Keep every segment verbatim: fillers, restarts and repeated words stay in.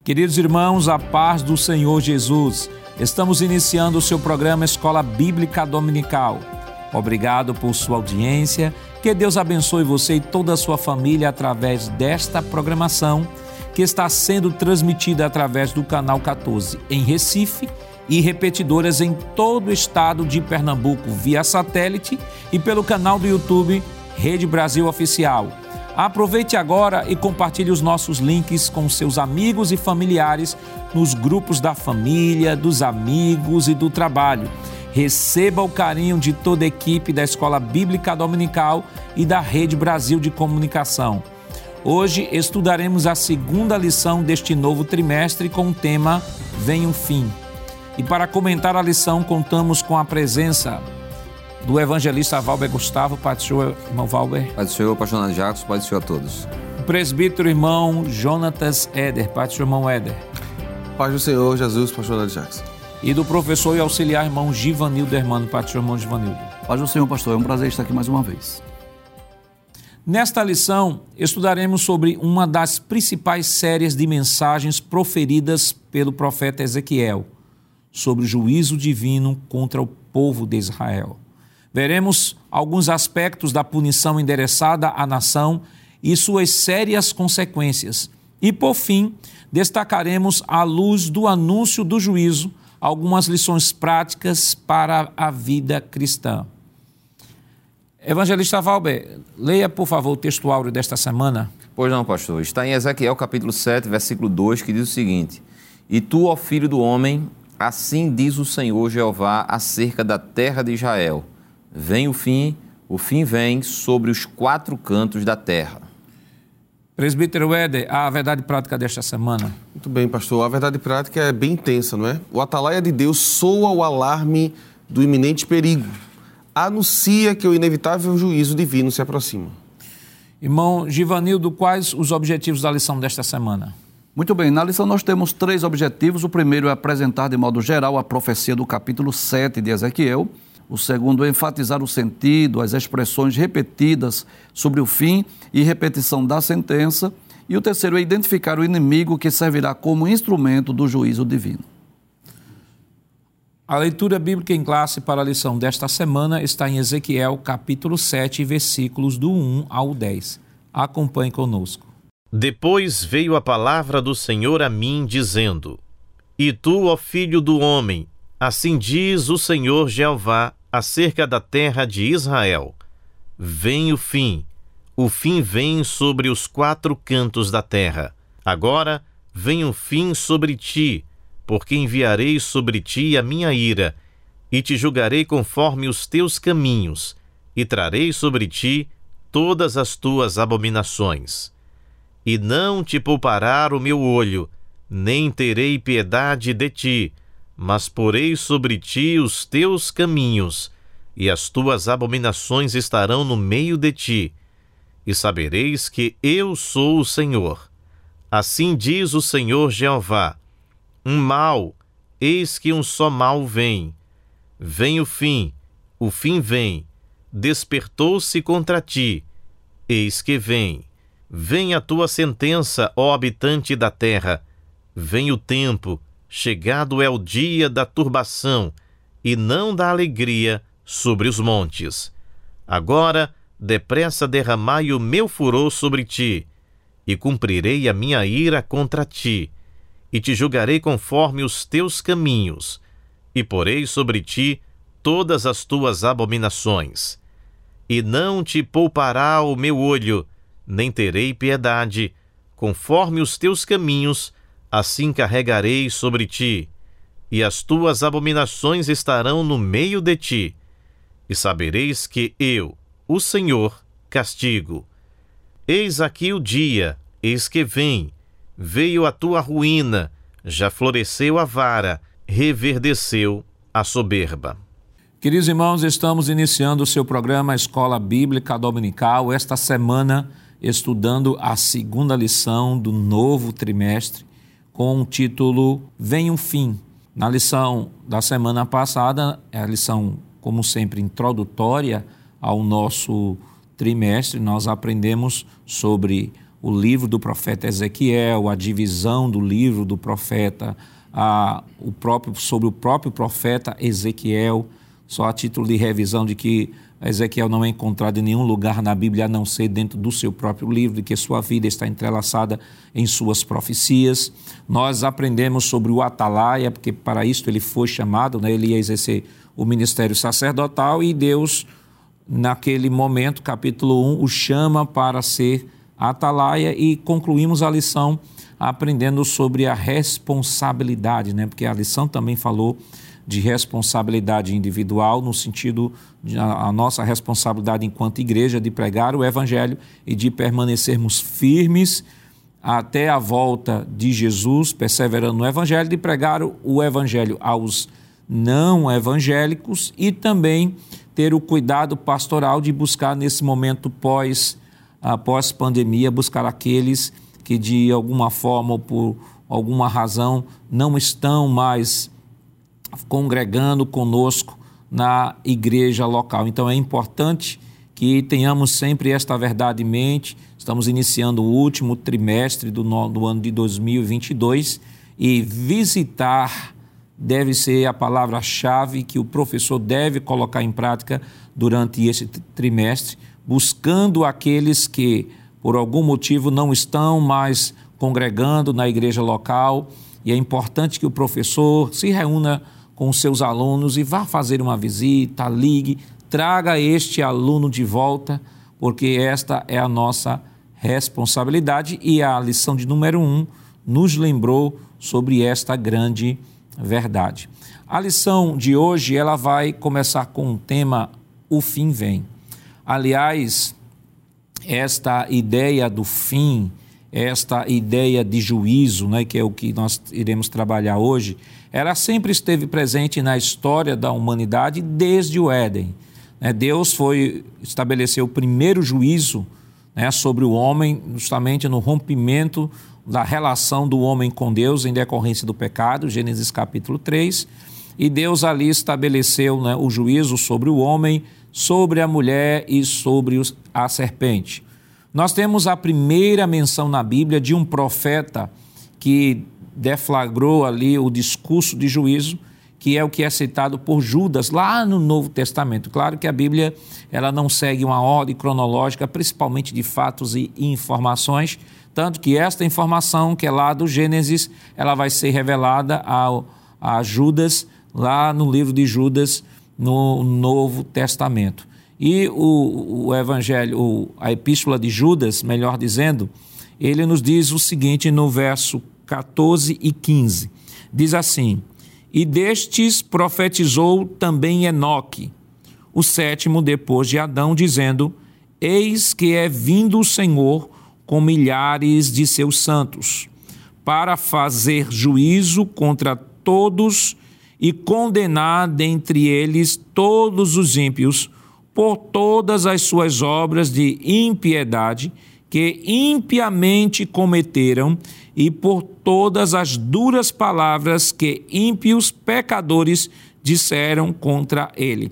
Queridos irmãos, a paz do Senhor Jesus. Estamos iniciando o seu programa Escola Bíblica Dominical. Obrigado por sua audiência. Que Deus abençoe você e toda a sua família através desta programação que está sendo transmitida através do Canal quatorze em Recife e repetidoras em todo o estado de Pernambuco via satélite e pelo canal do YouTube Rede Brasil Oficial. Aproveite agora e compartilhe os nossos links com seus amigos e familiares nos grupos da família, dos amigos e do trabalho. Receba o carinho de toda a equipe da Escola Bíblica Dominical e da Rede Brasil de Comunicação. Hoje estudaremos a segunda lição deste novo trimestre com o tema Vem o Fim. E para comentar a lição contamos com a presença do evangelista Valber Gustavo. Pai do Senhor, irmão Valber. Pai do Senhor, pastor Nando Jacques, Pai do Senhor a todos. O presbítero irmão Jonatas Éder. Pai do Senhor, irmão Éder. Pai do Senhor Jesus, pastor Nando Jacques. E do professor e auxiliar irmão Givanildo Hermano. Pai do Senhor, irmão Givanildo. Pai do Senhor, pastor, é um prazer estar aqui mais uma vez. Nesta lição, estudaremos sobre uma das principais séries de mensagens proferidas pelo profeta Ezequiel, sobre o juízo divino contra o povo de Israel. Veremos alguns aspectos da punição endereçada à nação e suas sérias consequências. E, por fim, destacaremos, à luz do anúncio do juízo, algumas lições práticas para a vida cristã. Evangelista Valber, leia, por favor, o texto áureo desta semana. Pois não, pastor. Está em Ezequiel, capítulo sete, versículo dois, que diz o seguinte: E tu, ó filho do homem, assim diz o Senhor Jeová acerca da terra de Israel. Vem o fim, o fim vem sobre os quatro cantos da terra. Presbítero Éder, a verdade prática desta semana. Muito bem, pastor. A verdade prática é bem intensa, não é? O atalaia de Deus soa o alarme do iminente perigo. Anuncia que o inevitável juízo divino se aproxima. Irmão Givanildo, quais os objetivos da lição desta semana? Muito bem, na lição nós temos três objetivos. O primeiro é apresentar de modo geral a profecia do capítulo sete de Ezequiel. O segundo é enfatizar o sentido, as expressões repetidas sobre o fim e repetição da sentença. E o terceiro é identificar o inimigo que servirá como instrumento do juízo divino. A leitura bíblica em classe para a lição desta semana está em Ezequiel, capítulo sete, versículos do um ao dez. Acompanhe conosco. Depois veio a palavra do Senhor a mim, dizendo: E tu, ó filho do homem, assim diz o Senhor Jeová acerca da terra de Israel: Vem o fim, o fim vem sobre os quatro cantos da terra. Agora vem o fim sobre ti, porque enviarei sobre ti a minha ira, e te julgarei conforme os teus caminhos, e trarei sobre ti todas as tuas abominações. E não te poupará o meu olho, nem terei piedade de ti, mas porei sobre ti os teus caminhos, e as tuas abominações estarão no meio de ti, e sabereis que eu sou o Senhor. Assim diz o Senhor Jeová: Um mal, eis que um só mal vem. Vem o fim, o fim vem, despertou-se contra ti, eis que vem. Vem a tua sentença, ó habitante da terra, vem o tempo, chegado é o dia da turbação, e não da alegria sobre os montes. Agora, depressa derramai o meu furor sobre ti, e cumprirei a minha ira contra ti, e te julgarei conforme os teus caminhos, e porei sobre ti todas as tuas abominações. E não te poupará o meu olho, nem terei piedade, conforme os teus caminhos, assim carregarei sobre ti, e as tuas abominações estarão no meio de ti, e sabereis que eu, o Senhor, castigo. Eis aqui o dia, eis que vem, veio a tua ruína, já floresceu a vara, reverdeceu a soberba. Queridos irmãos, estamos iniciando o seu programa Escola Bíblica Dominical, esta semana estudando a segunda lição do novo trimestre, com o título Vem o Fim. Na lição da semana passada, é a lição, como sempre, introdutória ao nosso trimestre, nós aprendemos sobre o livro do profeta Ezequiel, a divisão do livro do profeta, a, o próprio, sobre o próprio profeta Ezequiel, só a título de revisão de que Ezequiel não é encontrado em nenhum lugar na Bíblia a não ser dentro do seu próprio livro, de que sua vida está entrelaçada em suas profecias. Nós aprendemos sobre o atalaia, porque para isso ele foi chamado, né? Ele ia exercer o ministério sacerdotal e Deus, naquele momento, capítulo um, o chama para ser atalaia, e concluímos a lição aprendendo sobre a responsabilidade, né? Porque a lição também falou de responsabilidade individual, no sentido de a, a nossa responsabilidade enquanto igreja de pregar o Evangelho e de permanecermos firmes até a volta de Jesus, perseverando no Evangelho, de pregar o, o Evangelho aos não evangélicos e também ter o cuidado pastoral de buscar nesse momento pós, uh, pós-pandemia, buscar aqueles que de alguma forma ou por alguma razão não estão mais congregando conosco na igreja local. Então é importante que tenhamos sempre esta verdade em mente. Estamos iniciando o último trimestre do, no, do ano de dois mil e vinte e dois e visitar deve ser a palavra-chave que o professor deve colocar em prática durante esse trimestre, buscando aqueles que por algum motivo não estão mais congregando na igreja local, e é importante que o professor se reúna com seus alunos e vá fazer uma visita, ligue, traga este aluno de volta, porque esta é a nossa responsabilidade, e a lição de número um nos lembrou sobre esta grande verdade. A lição de hoje ela vai começar com o tema O Fim Vem. Aliás, esta ideia do fim, esta ideia de juízo, né, que é o que nós iremos trabalhar hoje, ela sempre esteve presente na história da humanidade desde o Éden. Deus foi estabelecer o primeiro juízo, né, sobre o homem, justamente no rompimento da relação do homem com Deus em decorrência do pecado, Gênesis capítulo três, e Deus ali estabeleceu, né, o juízo sobre o homem, sobre a mulher e sobre os, a serpente. Nós temos a primeira menção na Bíblia de um profeta que deflagrou ali o discurso de juízo, que é o que é citado por Judas lá no Novo Testamento. Claro que a Bíblia ela não segue uma ordem cronológica, principalmente de fatos e informações, tanto que esta informação que é lá do Gênesis, ela vai ser revelada ao, a Judas, lá no livro de Judas, no Novo Testamento. E o, o Evangelho, o, a Epístola de Judas, melhor dizendo, ele nos diz o seguinte no verso catorze e quinze. Diz assim: e destes profetizou também Enoque, o sétimo depois de Adão, dizendo: eis que é vindo o Senhor com milhares de seus santos, para fazer juízo contra todos e condenar dentre eles todos os ímpios por todas as suas obras de impiedade que impiamente cometeram e por todas as duras palavras que ímpios pecadores disseram contra ele.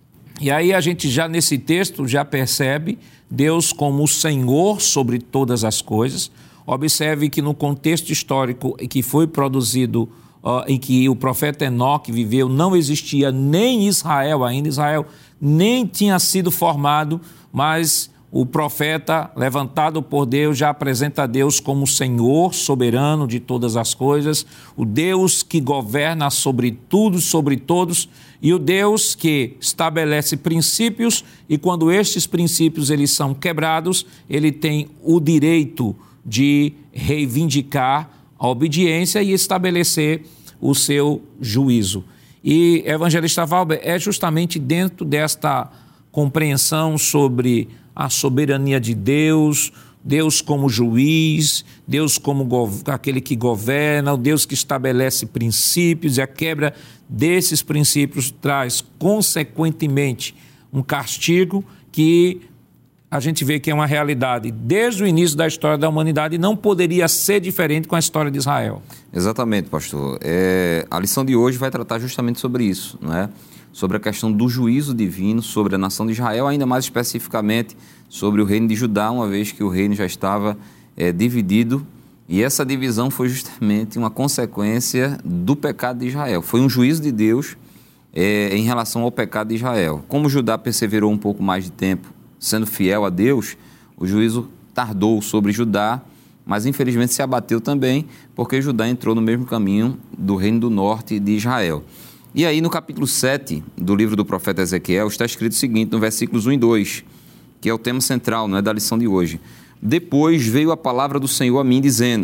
E aí a gente já nesse texto já percebe Deus como o Senhor sobre todas as coisas. Observe que no contexto histórico que foi produzido, uh, em que o profeta Enoque viveu, não existia nem Israel ainda, Israel nem tinha sido formado, mas o profeta, levantado por Deus, já apresenta a Deus como o Senhor soberano de todas as coisas, o Deus que governa sobre tudo, sobre todos, e o Deus que estabelece princípios, e quando estes princípios eles são quebrados, ele tem o direito de reivindicar a obediência e estabelecer o seu juízo. E, evangelista Valber, é justamente dentro desta compreensão sobre a soberania de Deus, Deus como juiz, Deus como aquele que governa, o Deus que estabelece princípios, e a quebra desses princípios traz, consequentemente, um castigo que a gente vê que é uma realidade desde o início da história da humanidade e não poderia ser diferente com a história de Israel. Exatamente, pastor. É, a lição de hoje vai tratar justamente sobre isso, não é? Sobre a questão do juízo divino sobre a nação de Israel, ainda mais especificamente sobre o reino de Judá, uma vez que o reino já estava é, dividido, e essa divisão foi justamente uma consequência do pecado de Israel. Foi um juízo de Deus é, em relação ao pecado de Israel. Como Judá perseverou um pouco mais de tempo sendo fiel a Deus, o juízo tardou sobre Judá, mas infelizmente se abateu também, porque Judá entrou no mesmo caminho do reino do norte de Israel. E aí no capítulo sete do livro do profeta Ezequiel está escrito o seguinte, no versículos um e dois, que é o tema central, não é, da lição de hoje. Depois veio a palavra do Senhor a mim, dizendo,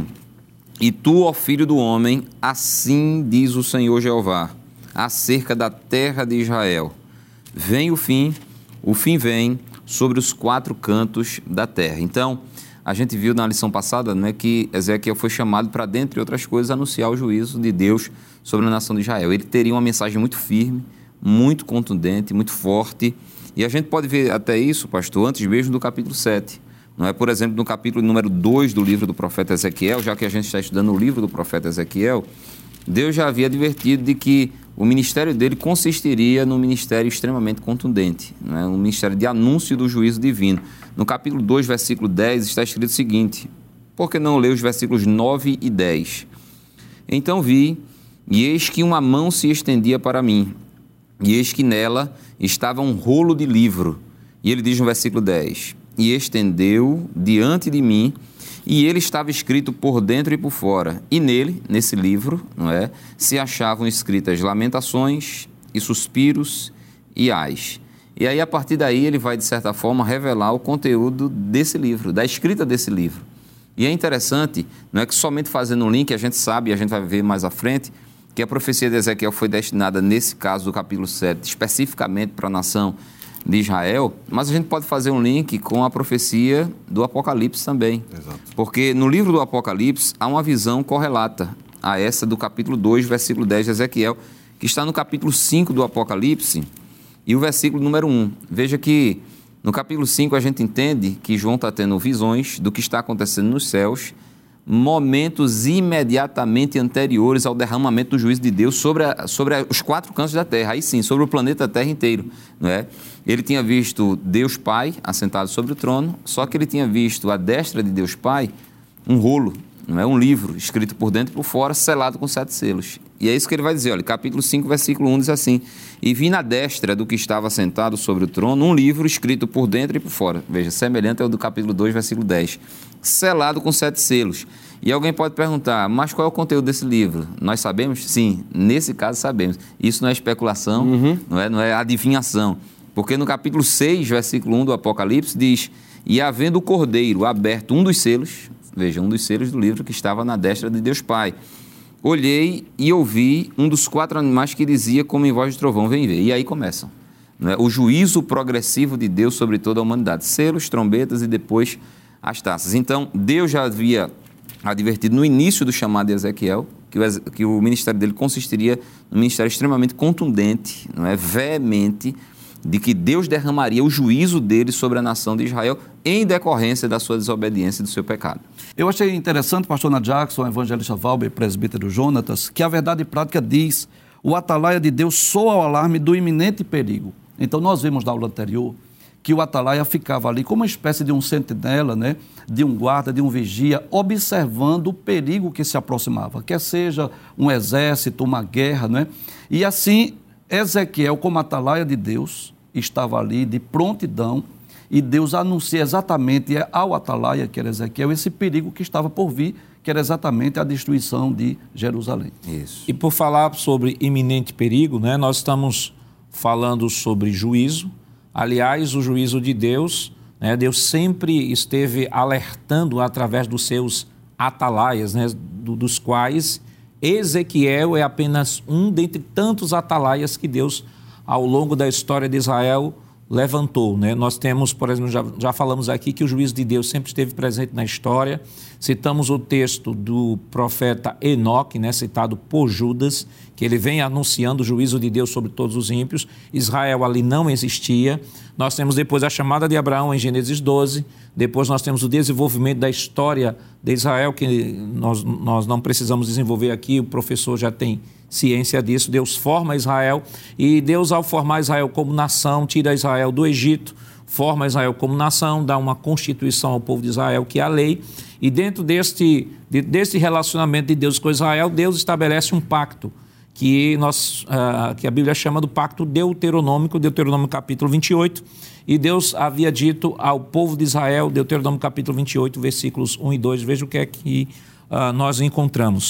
e tu, ó filho do homem, assim diz o Senhor Jeová, acerca da terra de Israel. Vem o fim, o fim vem sobre os quatro cantos da terra. Então, a gente viu na lição passada, né, que Ezequiel foi chamado para, dentre outras coisas, anunciar o juízo de Deus sobre a nação de Israel. Ele teria uma mensagem muito firme, muito contundente, muito forte. E a gente pode ver até isso, pastor, antes mesmo do capítulo sete. Não é? Por exemplo, no capítulo número dois do livro do profeta Ezequiel, já que a gente está estudando o livro do profeta Ezequiel, Deus já havia advertido de que o ministério dele consistiria num ministério extremamente contundente, não é? Um ministério de anúncio do juízo divino. No capítulo dois, versículo dez, está escrito o seguinte, por que não ler os versículos nove e dez? Então vi, e eis que uma mão se estendia para mim, e eis que nela estava um rolo de livro. E ele diz no versículo dez, e estendeu diante de mim, e ele estava escrito por dentro e por fora. E nele, nesse livro, não é, se achavam escritas lamentações e suspiros e ais. E aí, a partir daí, ele vai, de certa forma, revelar o conteúdo desse livro, da escrita desse livro. E é interessante, não é que somente fazendo um link, a gente sabe, e a gente vai ver mais à frente, que a profecia de Ezequiel foi destinada, nesse caso do capítulo sete, especificamente para a nação de Israel, mas a gente pode fazer um link com a profecia do Apocalipse também. Exato. Porque no livro do Apocalipse há uma visão correlata a essa do capítulo dois, versículo dez de Ezequiel, que está no capítulo cinco do Apocalipse e o versículo número um. Veja que no capítulo cinco a gente entende que João está tendo visões do que está acontecendo nos céus, momentos imediatamente anteriores ao derramamento do juízo de Deus sobre, a, sobre a, os quatro cantos da terra, aí sim, sobre o planeta Terra inteiro, não é? Ele tinha visto Deus Pai assentado sobre o trono, só que ele tinha visto à destra de Deus Pai um rolo, não é? Um livro escrito por dentro e por fora, selado com sete selos. E é isso que ele vai dizer, olha, capítulo cinco, versículo um diz assim, e vi na destra do que estava sentado sobre o trono um livro escrito por dentro e por fora, veja, semelhante ao do capítulo dois, versículo dez, selado com sete selos. E alguém pode perguntar, mas qual é o conteúdo desse livro? Nós sabemos? Sim, nesse caso sabemos. Isso não é especulação, uhum. não é, não é adivinhação. Porque no capítulo seis, versículo um do Apocalipse, diz, e havendo o cordeiro aberto um dos selos, veja, um dos selos do livro que estava na destra de Deus Pai, olhei e ouvi um dos quatro animais que dizia como em voz de trovão, vem ver. E aí começam. Não é? O juízo progressivo de Deus sobre toda a humanidade. Selos, trombetas e depois as taças. Então, Deus já havia advertido no início do chamado de Ezequiel que o, que o ministério dele consistiria num ministério extremamente contundente, não é? Veemente, de que Deus derramaria o juízo dele sobre a nação de Israel em decorrência da sua desobediência e do seu pecado. Eu achei interessante, pastor Ana Jackson, evangelista Valber, presbítero Jonatas, que a verdade prática diz, o atalaia de Deus soa o alarme do iminente perigo. Então nós vimos na aula anterior que o atalaia ficava ali como uma espécie de um sentinela, né? De um guarda, de um vigia, observando o perigo que se aproximava, quer seja um exército, uma guerra, né? E assim, Ezequiel, como atalaia de Deus, estava ali de prontidão e Deus anuncia exatamente ao atalaia, que era Ezequiel, esse perigo que estava por vir, que era exatamente a destruição de Jerusalém. Isso. E por falar sobre iminente perigo, né, nós estamos falando sobre juízo. Aliás, o juízo de Deus, né, Deus sempre esteve alertando através dos seus atalaias, né, do, dos quais Ezequiel é apenas um dentre tantos atalaias que Deus, ao longo da história de Israel, levantou, né? Nós temos, por exemplo, já, já falamos aqui que o juízo de Deus sempre esteve presente na história. Citamos o texto do profeta Enoque, né, citado por Judas, que ele vem anunciando o juízo de Deus sobre todos os ímpios. Israel ali não existia. Nós temos depois a chamada de Abraão em Gênesis doze. Depois nós temos o desenvolvimento da história de Israel, que nós, nós não precisamos desenvolver aqui, o professor já tem ciência disso. Deus forma Israel e Deus, ao formar Israel como nação, tira Israel do Egito, forma Israel como nação, dá uma constituição ao povo de Israel, que é a lei, E dentro deste, de, deste relacionamento de Deus com Israel, Deus estabelece um pacto, que, nós, uh, que a Bíblia chama do pacto deuteronômico, Deuteronômio capítulo vinte e oito, e Deus havia dito ao povo de Israel, Deuteronômio capítulo vinte e oito, versículos um e dois, veja o que é que uh, nós encontramos.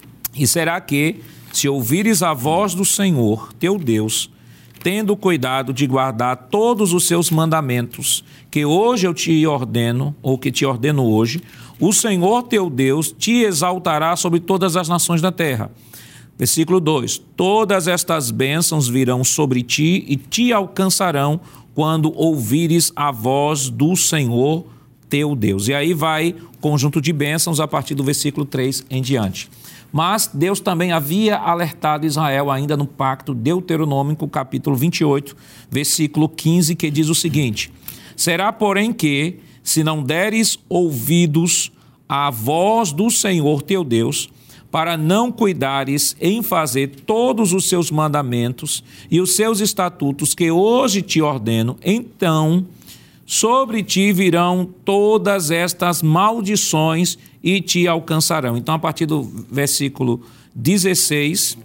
E será que, se ouvires a voz do Senhor, teu Deus, tendo cuidado de guardar todos os seus mandamentos, que hoje eu te ordeno, ou que te ordeno hoje, o Senhor teu Deus te exaltará sobre todas as nações da terra. Versículo dois, todas estas bênçãos virão sobre ti e te alcançarão quando ouvires a voz do Senhor teu Deus. E aí vai o conjunto de bênçãos a partir do versículo três em diante. Mas Deus também havia alertado Israel ainda no pacto deuteronômico, capítulo vinte e oito, versículo quinze, que diz o seguinte: será, porém, que, se não deres ouvidos à voz do Senhor teu Deus, para não cuidares em fazer todos os seus mandamentos e os seus estatutos que hoje te ordeno, então sobre ti virão todas estas maldições e te alcançarão. Então, a partir do versículo dezesseis,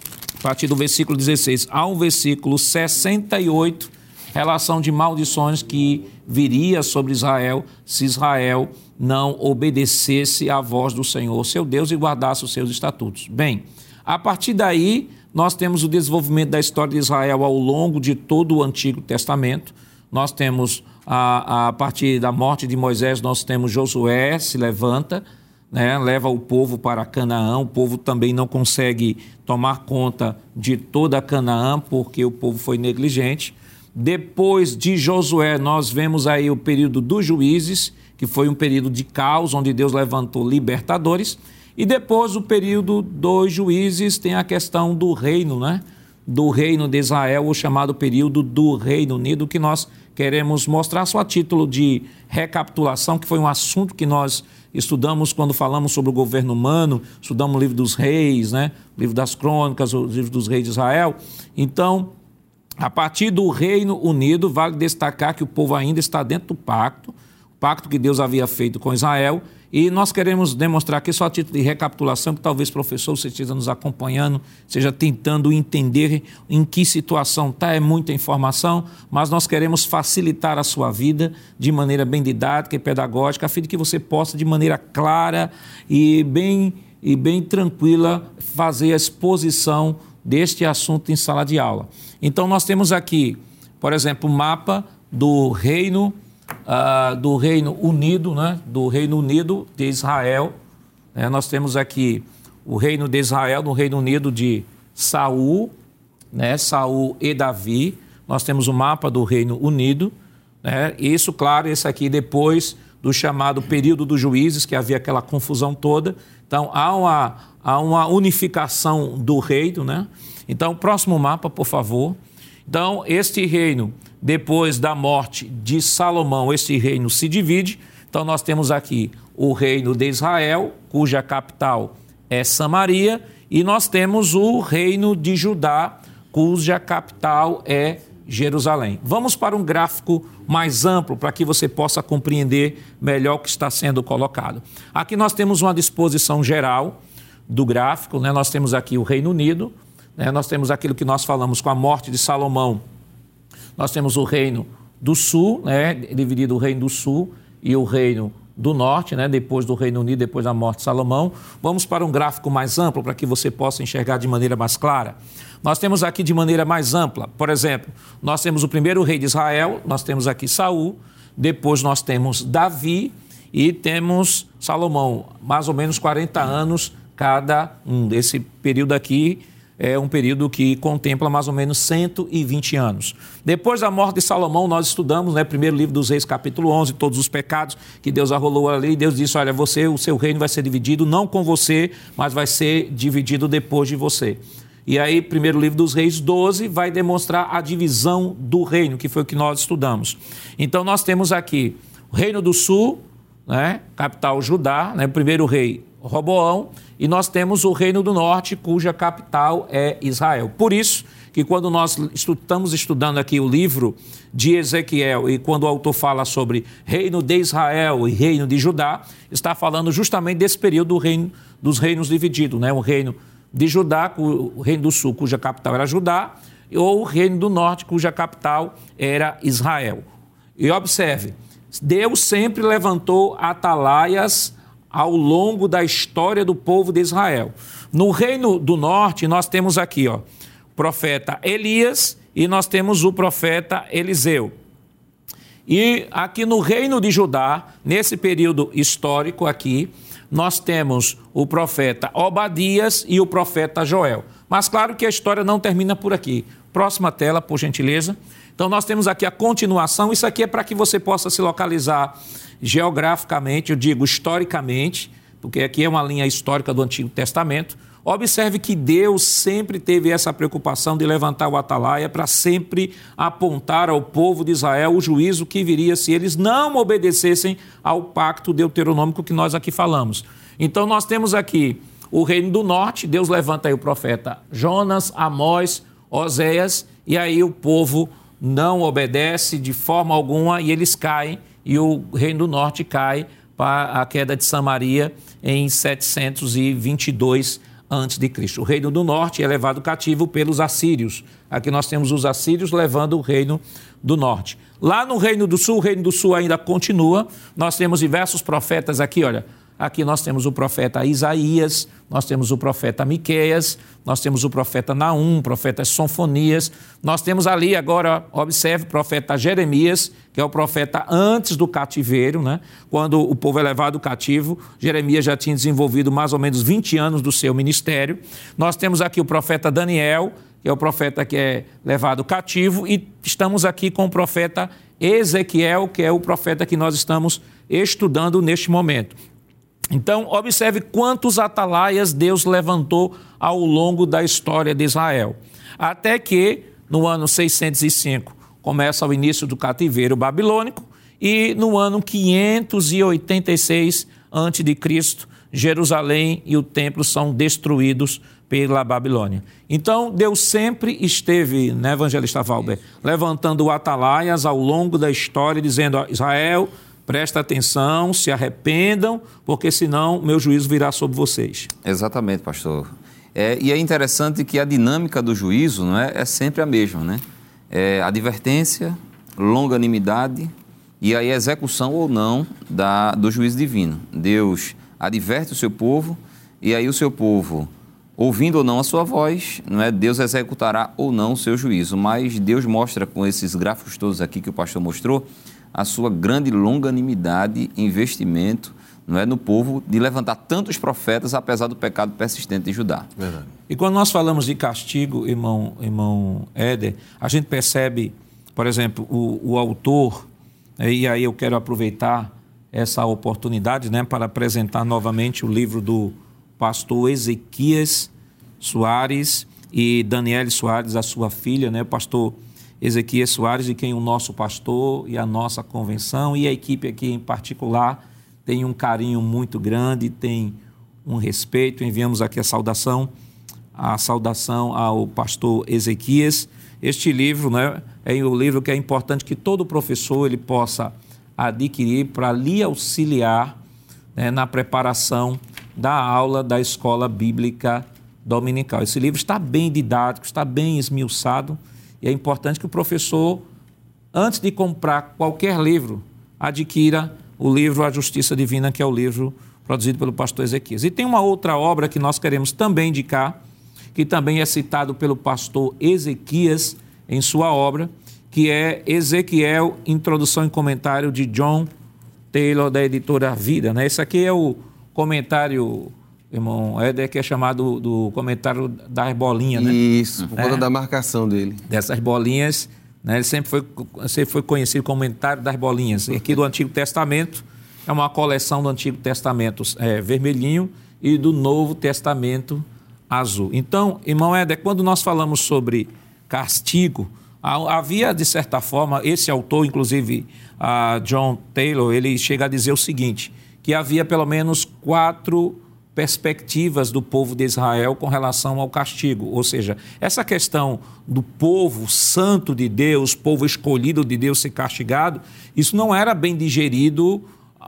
a partir do versículo dezesseis ao versículo sessenta e oito, relação de maldições que viria sobre Israel se Israel não obedecesse à voz do Senhor, seu Deus, e guardasse os seus estatutos. Bem, a partir daí, nós temos o desenvolvimento da história de Israel ao longo de todo o Antigo Testamento. Nós temos, a, a partir da morte de Moisés, nós temos Josué se levanta, né, leva o povo para Canaã. O povo também não consegue tomar conta de toda Canaã, porque o povo foi negligente. Depois de Josué, nós vemos aí o período dos juízes, que foi um período de caos, onde Deus levantou libertadores. E depois o período dos juízes tem a questão do reino, né? Do reino de Israel, o chamado período do Reino Unido, que nós queremos mostrar só a título de recapitulação, que foi um assunto que nós estudamos quando falamos sobre o governo humano, estudamos o livro dos reis, né? O livro das crônicas, o livro dos reis de Israel. Então, a partir do Reino Unido, vale destacar que o povo ainda está dentro do pacto, o pacto que Deus havia feito com Israel, e nós queremos demonstrar aqui só a título de recapitulação, que talvez o professor, você esteja nos acompanhando, seja tentando entender em que situação está, é muita informação, mas nós queremos facilitar a sua vida de maneira bem didática e pedagógica, a fim de que você possa, de maneira clara e bem, e bem tranquila, fazer a exposição deste assunto em sala de aula. Então, nós temos aqui, por exemplo, o mapa do Reino Uh, do Reino Unido, né? do Reino Unido de Israel. É, nós temos aqui o Reino de Israel, no Reino Unido de Saul, né? Saul e Davi. Nós temos o mapa do Reino Unido. Né? Isso, claro, esse aqui depois do chamado período dos juízes, que havia aquela confusão toda. Então, há uma, há uma unificação do reino. Né? Então, próximo mapa, por favor. Então, este reino, depois da morte de Salomão, este reino se divide. Então, nós temos aqui o reino de Israel, cuja capital é Samaria, e nós temos o reino de Judá, cuja capital é Jerusalém. Vamos para um gráfico mais amplo, para que você possa compreender melhor o que está sendo colocado. Aqui nós temos uma disposição geral do gráfico, né? Nós temos aqui o Reino Unido, né? Nós temos aquilo que nós falamos com a morte de Salomão. Nós temos o Reino do Sul, né? Dividido o Reino do Sul e o Reino do Norte, né? Depois do Reino Unido, depois da morte de Salomão. Vamos para um gráfico mais amplo, para que você possa enxergar de maneira mais clara. Nós temos aqui de maneira mais ampla, por exemplo, nós temos o primeiro rei de Israel, nós temos aqui Saul, depois nós temos Davi e temos Salomão, mais ou menos quarenta anos cada um. Esse período aqui é um período que contempla mais ou menos cento e vinte anos. Depois da morte de Salomão, nós estudamos, né, primeiro livro dos Reis, capítulo onze, todos os pecados que Deus arrolou ali. Deus disse, olha, você, o seu reino vai ser dividido, não com você, mas vai ser dividido depois de você. E aí, primeiro livro dos Reis, doze, vai demonstrar a divisão do reino, que foi o que nós estudamos. Então, nós temos aqui o Reino do Sul, né, capital Judá, né, primeiro rei Roboão, e nós temos o Reino do Norte, cuja capital é Israel. Por isso que quando nós estamos estudando aqui o livro de Ezequiel e quando o autor fala sobre reino de Israel e reino de Judá, está falando justamente desse período do reino, dos reinos divididos, né? O reino de Judá, o reino do sul, cuja capital era Judá, ou o reino do norte, cuja capital era Israel. E observe, Deus sempre levantou atalaias ao longo da história do povo de Israel. No reino do norte, nós temos aqui, ó, o profeta Elias e nós temos o profeta Eliseu. E aqui no reino de Judá, nesse período histórico aqui, nós temos o profeta Obadias e o profeta Joel. Mas claro que a história não termina por aqui. Próxima tela, por gentileza. Então nós temos aqui a continuação. Isso aqui é para que você possa se localizar geograficamente, eu digo historicamente, porque aqui é uma linha histórica do Antigo Testamento. Observe que Deus sempre teve essa preocupação de levantar o atalaia para sempre apontar ao povo de Israel o juízo que viria se eles não obedecessem ao pacto deuteronômico que nós aqui falamos. Então nós temos aqui o reino do norte, Deus levanta aí o profeta Jonas, Amós, Oséias, e aí o povo não obedece de forma alguma e eles caem, e o reino do norte cai para a queda de Samaria em setecentos e vinte e dois antes de Cristo. O reino do norte é levado cativo pelos assírios. Aqui nós temos os assírios levando o reino do norte. Lá no reino do sul, o reino do sul ainda continua. Nós temos diversos profetas aqui, olha. Aqui nós temos o profeta Isaías, nós temos o profeta Miqueias, nós temos o profeta Naum, o profeta Sonfonias. Nós temos ali agora, observe, o profeta Jeremias, que é o profeta antes do cativeiro, né? Quando o povo é levado cativo, Jeremias já tinha desenvolvido mais ou menos vinte anos do seu ministério. Nós temos aqui o profeta Daniel, que é o profeta que é levado cativo, e estamos aqui com o profeta Ezequiel, que é o profeta que nós estamos estudando neste momento. Então, observe quantos atalaias Deus levantou ao longo da história de Israel. Até que, no ano seiscentos e cinco, começa o início do cativeiro babilônico e no ano quinhentos e oitenta e seis antes de Cristo, Jerusalém e o templo são destruídos pela Babilônia. Então, Deus sempre esteve, né, evangelista Valber, levantando atalaias ao longo da história, dizendo a Israel: presta atenção, se arrependam, porque senão meu juízo virá sobre vocês. Exatamente, pastor. É, e é interessante que a dinâmica do juízo, não é, é sempre a mesma, né? É advertência, longanimidade e a execução ou não da, do juízo divino. Deus adverte o seu povo e aí o seu povo, ouvindo ou não a sua voz, não é, Deus executará ou não o seu juízo. Mas Deus mostra com esses gráficos todos aqui que o pastor mostrou, a sua grande longanimidade, investimento, não é, no povo, de levantar tantos profetas, apesar do pecado persistente de Judá. Verdade. E quando nós falamos de castigo, irmão, irmão Éder, a gente percebe, por exemplo, o, o autor, e aí eu quero aproveitar essa oportunidade, né, para apresentar novamente o livro do pastor Ezequias Soares e Daniele Soares, a sua filha, né, o pastor Ezequias Soares, de quem o nosso pastor e a nossa convenção e a equipe aqui em particular tem um carinho muito grande, tem um respeito. Enviamos aqui a saudação, a saudação ao pastor Ezequias. Este livro, né, é o livro que é importante que todo professor ele possa adquirir para lhe auxiliar, né, na preparação da aula da escola bíblica dominical. Esse livro está bem didático, está bem esmiuçado. E é importante que o professor, antes de comprar qualquer livro, adquira o livro A Justiça Divina, que é o livro produzido pelo pastor Ezequias. E tem uma outra obra que nós queremos também indicar, que também é citado pelo pastor Ezequias em sua obra, que é Ezequiel, Introdução e Comentário de John Taylor, da editora Vida, né? Esse aqui é o comentário, irmão Éder, que é chamado do comentário das bolinhas, né? Isso, por conta é, da marcação dele. Dessas bolinhas, né? Ele sempre foi, sempre foi conhecido como comentário das bolinhas. E aqui do Antigo Testamento, é uma coleção do Antigo Testamento é, vermelhinho e do Novo Testamento azul. Então, irmão Éder, quando nós falamos sobre castigo, havia, de certa forma, esse autor, inclusive a John Taylor, ele chega a dizer o seguinte, que havia pelo menos quatro perspectivas do povo de Israel com relação ao castigo. Ou seja, essa questão do povo santo de Deus, povo escolhido de Deus ser castigado, isso não era bem digerido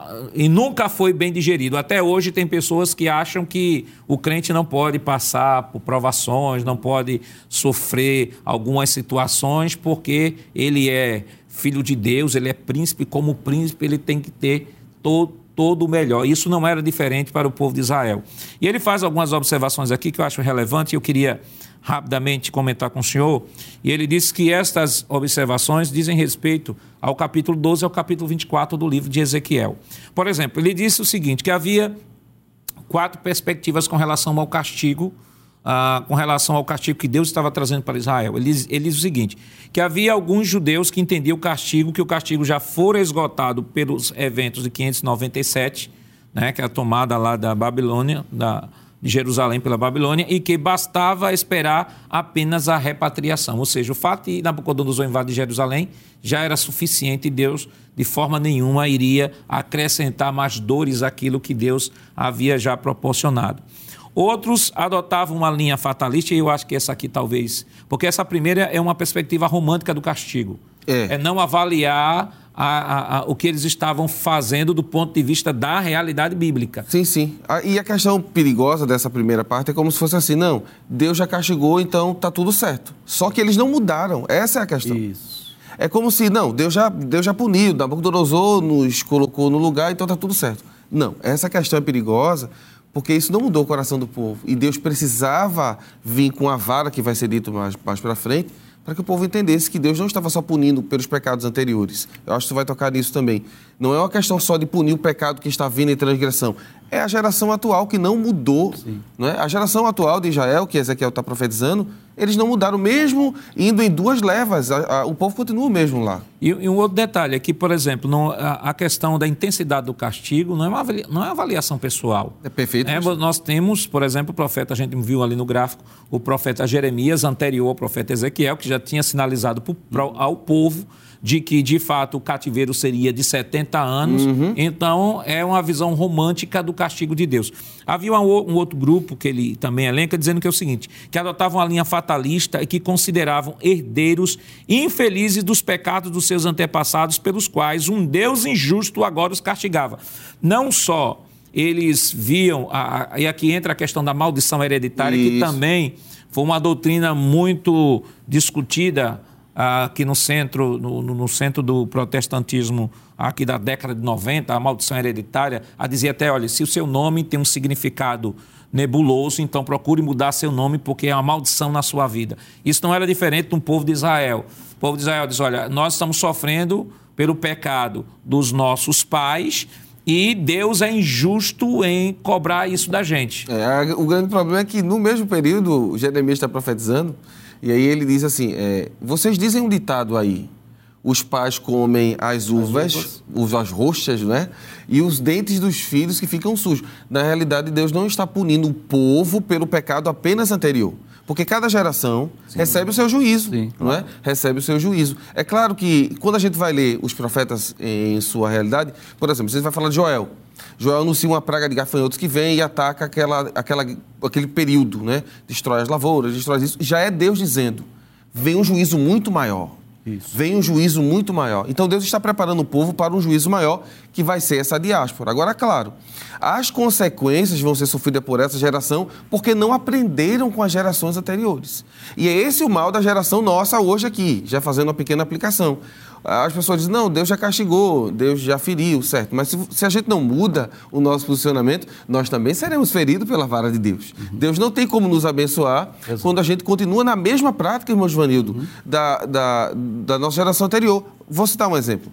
e nunca foi bem digerido. Até hoje tem pessoas que acham que o crente não pode passar por provações, não pode sofrer algumas situações porque ele é filho de Deus, ele é príncipe, como príncipe ele tem que ter todo, todo o melhor. Isso não era diferente para o povo de Israel. E ele faz algumas observações aqui que eu acho relevante e eu queria rapidamente comentar com o senhor. E ele diz que estas observações dizem respeito ao capítulo doze e ao capítulo vinte e quatro do livro de Ezequiel. Por exemplo, ele disse o seguinte, que havia quatro perspectivas com relação ao castigo, ah, com relação ao castigo que Deus estava trazendo para Israel. Ele diz, ele diz o seguinte, que havia alguns judeus que entendiam o castigo, que o castigo já fora esgotado pelos eventos de quinhentos e noventa e sete, né, que é a tomada lá da Babilônia, da de Jerusalém pela Babilônia, e que bastava esperar apenas a repatriação. Ou seja, o fato de Nabucodonosor invadir Jerusalém já era suficiente e Deus, de forma nenhuma, iria acrescentar mais dores àquilo que Deus havia já proporcionado. Outros adotavam uma linha fatalista, e eu acho que essa aqui talvez... Porque essa primeira é uma perspectiva romântica do castigo. É, é não avaliar a, a, a, o que eles estavam fazendo do ponto de vista da realidade bíblica. Sim, sim. E a questão perigosa dessa primeira parte é como se fosse assim, não, Deus já castigou, então está tudo certo. Só que eles não mudaram, essa é a questão. Isso. É como se, não, Deus já, Deus já puniu, Nabucodonosor nos colocou no lugar, então está tudo certo. Não, essa questão é perigosa porque isso não mudou o coração do povo. E Deus precisava vir com a vara, que vai ser dito mais, mais para frente, para que o povo entendesse que Deus não estava só punindo pelos pecados anteriores. Eu acho que você vai tocar nisso também. Não é uma questão só de punir o pecado que está vindo em transgressão. É a geração atual que não mudou. Não é? A geração atual de Israel, que Ezequiel está profetizando, eles não mudaram, mesmo indo em duas levas. A, a, o povo continua o mesmo lá. E, e um outro detalhe é que, por exemplo, não, a, a questão da intensidade do castigo não é uma, avalia, não é uma avaliação pessoal. É perfeito. É, nós temos, por exemplo, o profeta, a gente viu ali no gráfico, o profeta Jeremias, anterior ao profeta Ezequiel, que já tinha sinalizado pro, pro, ao povo de que, de fato, o cativeiro seria de setenta anos. Uhum. Então, é uma visão romântica do castigo de Deus. Havia um, um outro grupo, que ele também elenca, dizendo que é o seguinte, que adotavam a linha fatalista e que consideravam herdeiros infelizes dos pecados dos seus antepassados, pelos quais um Deus injusto agora os castigava. Não só eles viam, a, a, e aqui entra a questão da maldição hereditária, Isso. que também foi uma doutrina muito discutida aqui no centro, no, no centro do protestantismo aqui da década de noventa, a maldição hereditária, a dizer até, olha, se o seu nome tem um significado nebuloso, então procure mudar seu nome porque é uma maldição na sua vida. Isso não era diferente do povo de Israel. O povo de Israel diz, olha, nós estamos sofrendo pelo pecado dos nossos pais e Deus é injusto em cobrar isso da gente. É, o grande problema é que no mesmo período, Jeremias está profetizando, e aí ele diz assim, é, vocês dizem um ditado aí, os pais comem as uvas, as uvas, as roxas, né? E os dentes dos filhos que ficam sujos. Na realidade, Deus não está punindo o povo pelo pecado apenas anterior. Porque cada geração Sim. recebe o seu juízo, Sim. não é? Recebe o seu juízo. É claro que quando a gente vai ler os profetas em sua realidade, por exemplo, você vai falar de Joel. Joel anuncia uma praga de gafanhotos que vem e ataca aquela, aquela, aquele período, né? Destrói as lavouras, destrói isso. Já é Deus dizendo, vem um juízo muito maior. Isso. Vem um juízo muito maior. Então Deus está preparando o povo para um juízo maior, que vai ser essa diáspora. Agora, claro, as consequências vão ser sofridas por essa geração porque não aprenderam com as gerações anteriores. E é esse o mal da geração nossa hoje aqui, já fazendo uma pequena aplicação. As pessoas dizem, não, Deus já castigou, Deus já feriu, certo? Mas se, se a gente não muda o nosso posicionamento, nós também seremos feridos pela vara de Deus. Uhum. Deus não tem como nos abençoar Exato. Quando a gente continua na mesma prática, irmão Givanildo, uhum. da, da, da nossa geração anterior. Vou citar um exemplo.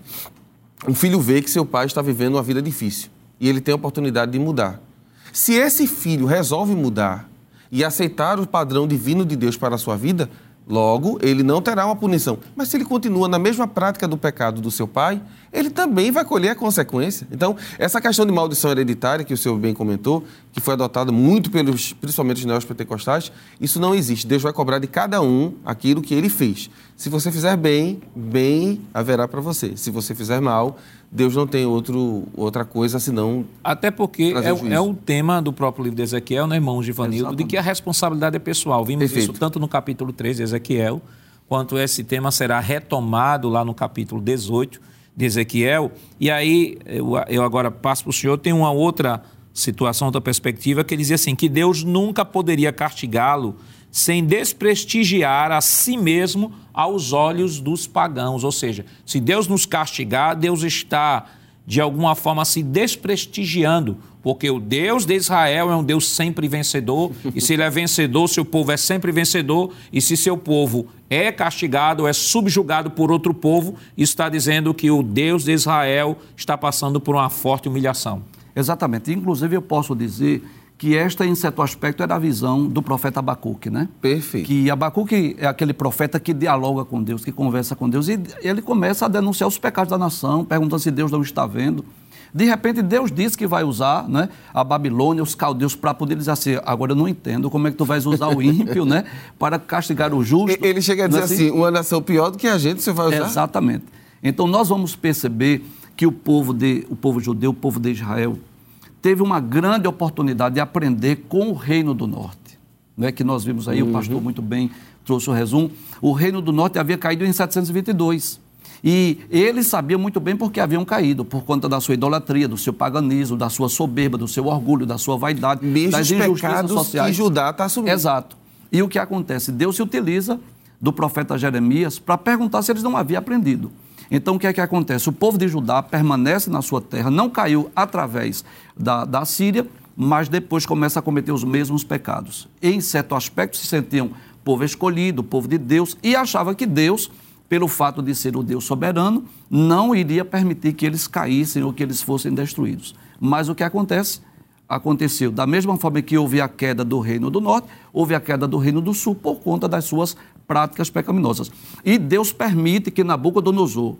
Um filho vê que seu pai está vivendo uma vida difícil e ele tem a oportunidade de mudar. Se esse filho resolve mudar e aceitar o padrão divino de Deus para a sua vida, logo, ele não terá uma punição. Mas se ele continua na mesma prática do pecado do seu pai, ele também vai colher a consequência. Então, essa questão de maldição hereditária, que o senhor bem comentou, que foi adotada muito pelos, principalmente os neopentecostais, isso não existe. Deus vai cobrar de cada um aquilo que ele fez. Se você fizer bem, bem haverá para você. Se você fizer mal, Deus não tem outro, outra coisa senão... Até porque é, é o tema do próprio livro de Ezequiel, né, irmão Givanildo, de que a responsabilidade é pessoal. Vimos Perfeito. Isso tanto no capítulo três de Ezequiel, quanto esse tema será retomado lá no capítulo dezoito de Ezequiel. E aí, eu, eu agora passo para o senhor, tem uma outra situação, outra perspectiva, que ele dizia assim, que Deus nunca poderia castigá-lo sem desprestigiar a si mesmo aos olhos dos pagãos. Ou seja, se Deus nos castigar, Deus está, de alguma forma, se desprestigiando, porque o Deus de Israel é um Deus sempre vencedor, e se ele é vencedor, seu povo é sempre vencedor, e se seu povo é castigado, é subjugado por outro povo, isso está dizendo que o Deus de Israel está passando por uma forte humilhação. Exatamente. Inclusive, eu posso dizer que esta, em certo aspecto, era a visão do profeta Abacuque, né? Perfeito. Que Abacuque é aquele profeta que dialoga com Deus, que conversa com Deus, e ele começa a denunciar os pecados da nação, perguntando se Deus não está vendo. De repente, Deus diz que vai usar, né, a Babilônia, os caldeus, para poder dizer assim, agora eu não entendo como é que tu vais usar o ímpio, né, para castigar o justo. Ele chega a dizer assim, assim, uma nação pior do que a gente, você vai usar? Exatamente. Então, nós vamos perceber que o povo, de, o povo judeu, o povo de Israel, teve uma grande oportunidade de aprender com o Reino do Norte, né, que nós vimos aí, uhum. O pastor muito bem trouxe o resumo. O Reino do Norte havia caído em setecentos e vinte e dois. E eles sabiam muito bem porque haviam caído, por conta da sua idolatria, do seu paganismo, da sua soberba, do seu orgulho, da sua vaidade, mesmo das injustiças sociais. Que Judá está assumindo. Exato. E o que acontece? Deus se utiliza do profeta Jeremias para perguntar se eles não haviam aprendido. Então, o que é que acontece? O povo de Judá permanece na sua terra, não caiu através da, da Síria, mas depois começa a cometer os mesmos pecados. Em certo aspecto, se sentiam povo escolhido, povo de Deus, e achava que Deus, pelo fato de ser o Deus soberano, não iria permitir que eles caíssem ou que eles fossem destruídos. Mas o que acontece? Aconteceu da mesma forma que houve a queda do Reino do Norte, houve a queda do Reino do Sul por conta das suas práticas pecaminosas. E Deus permite que Nabucodonosor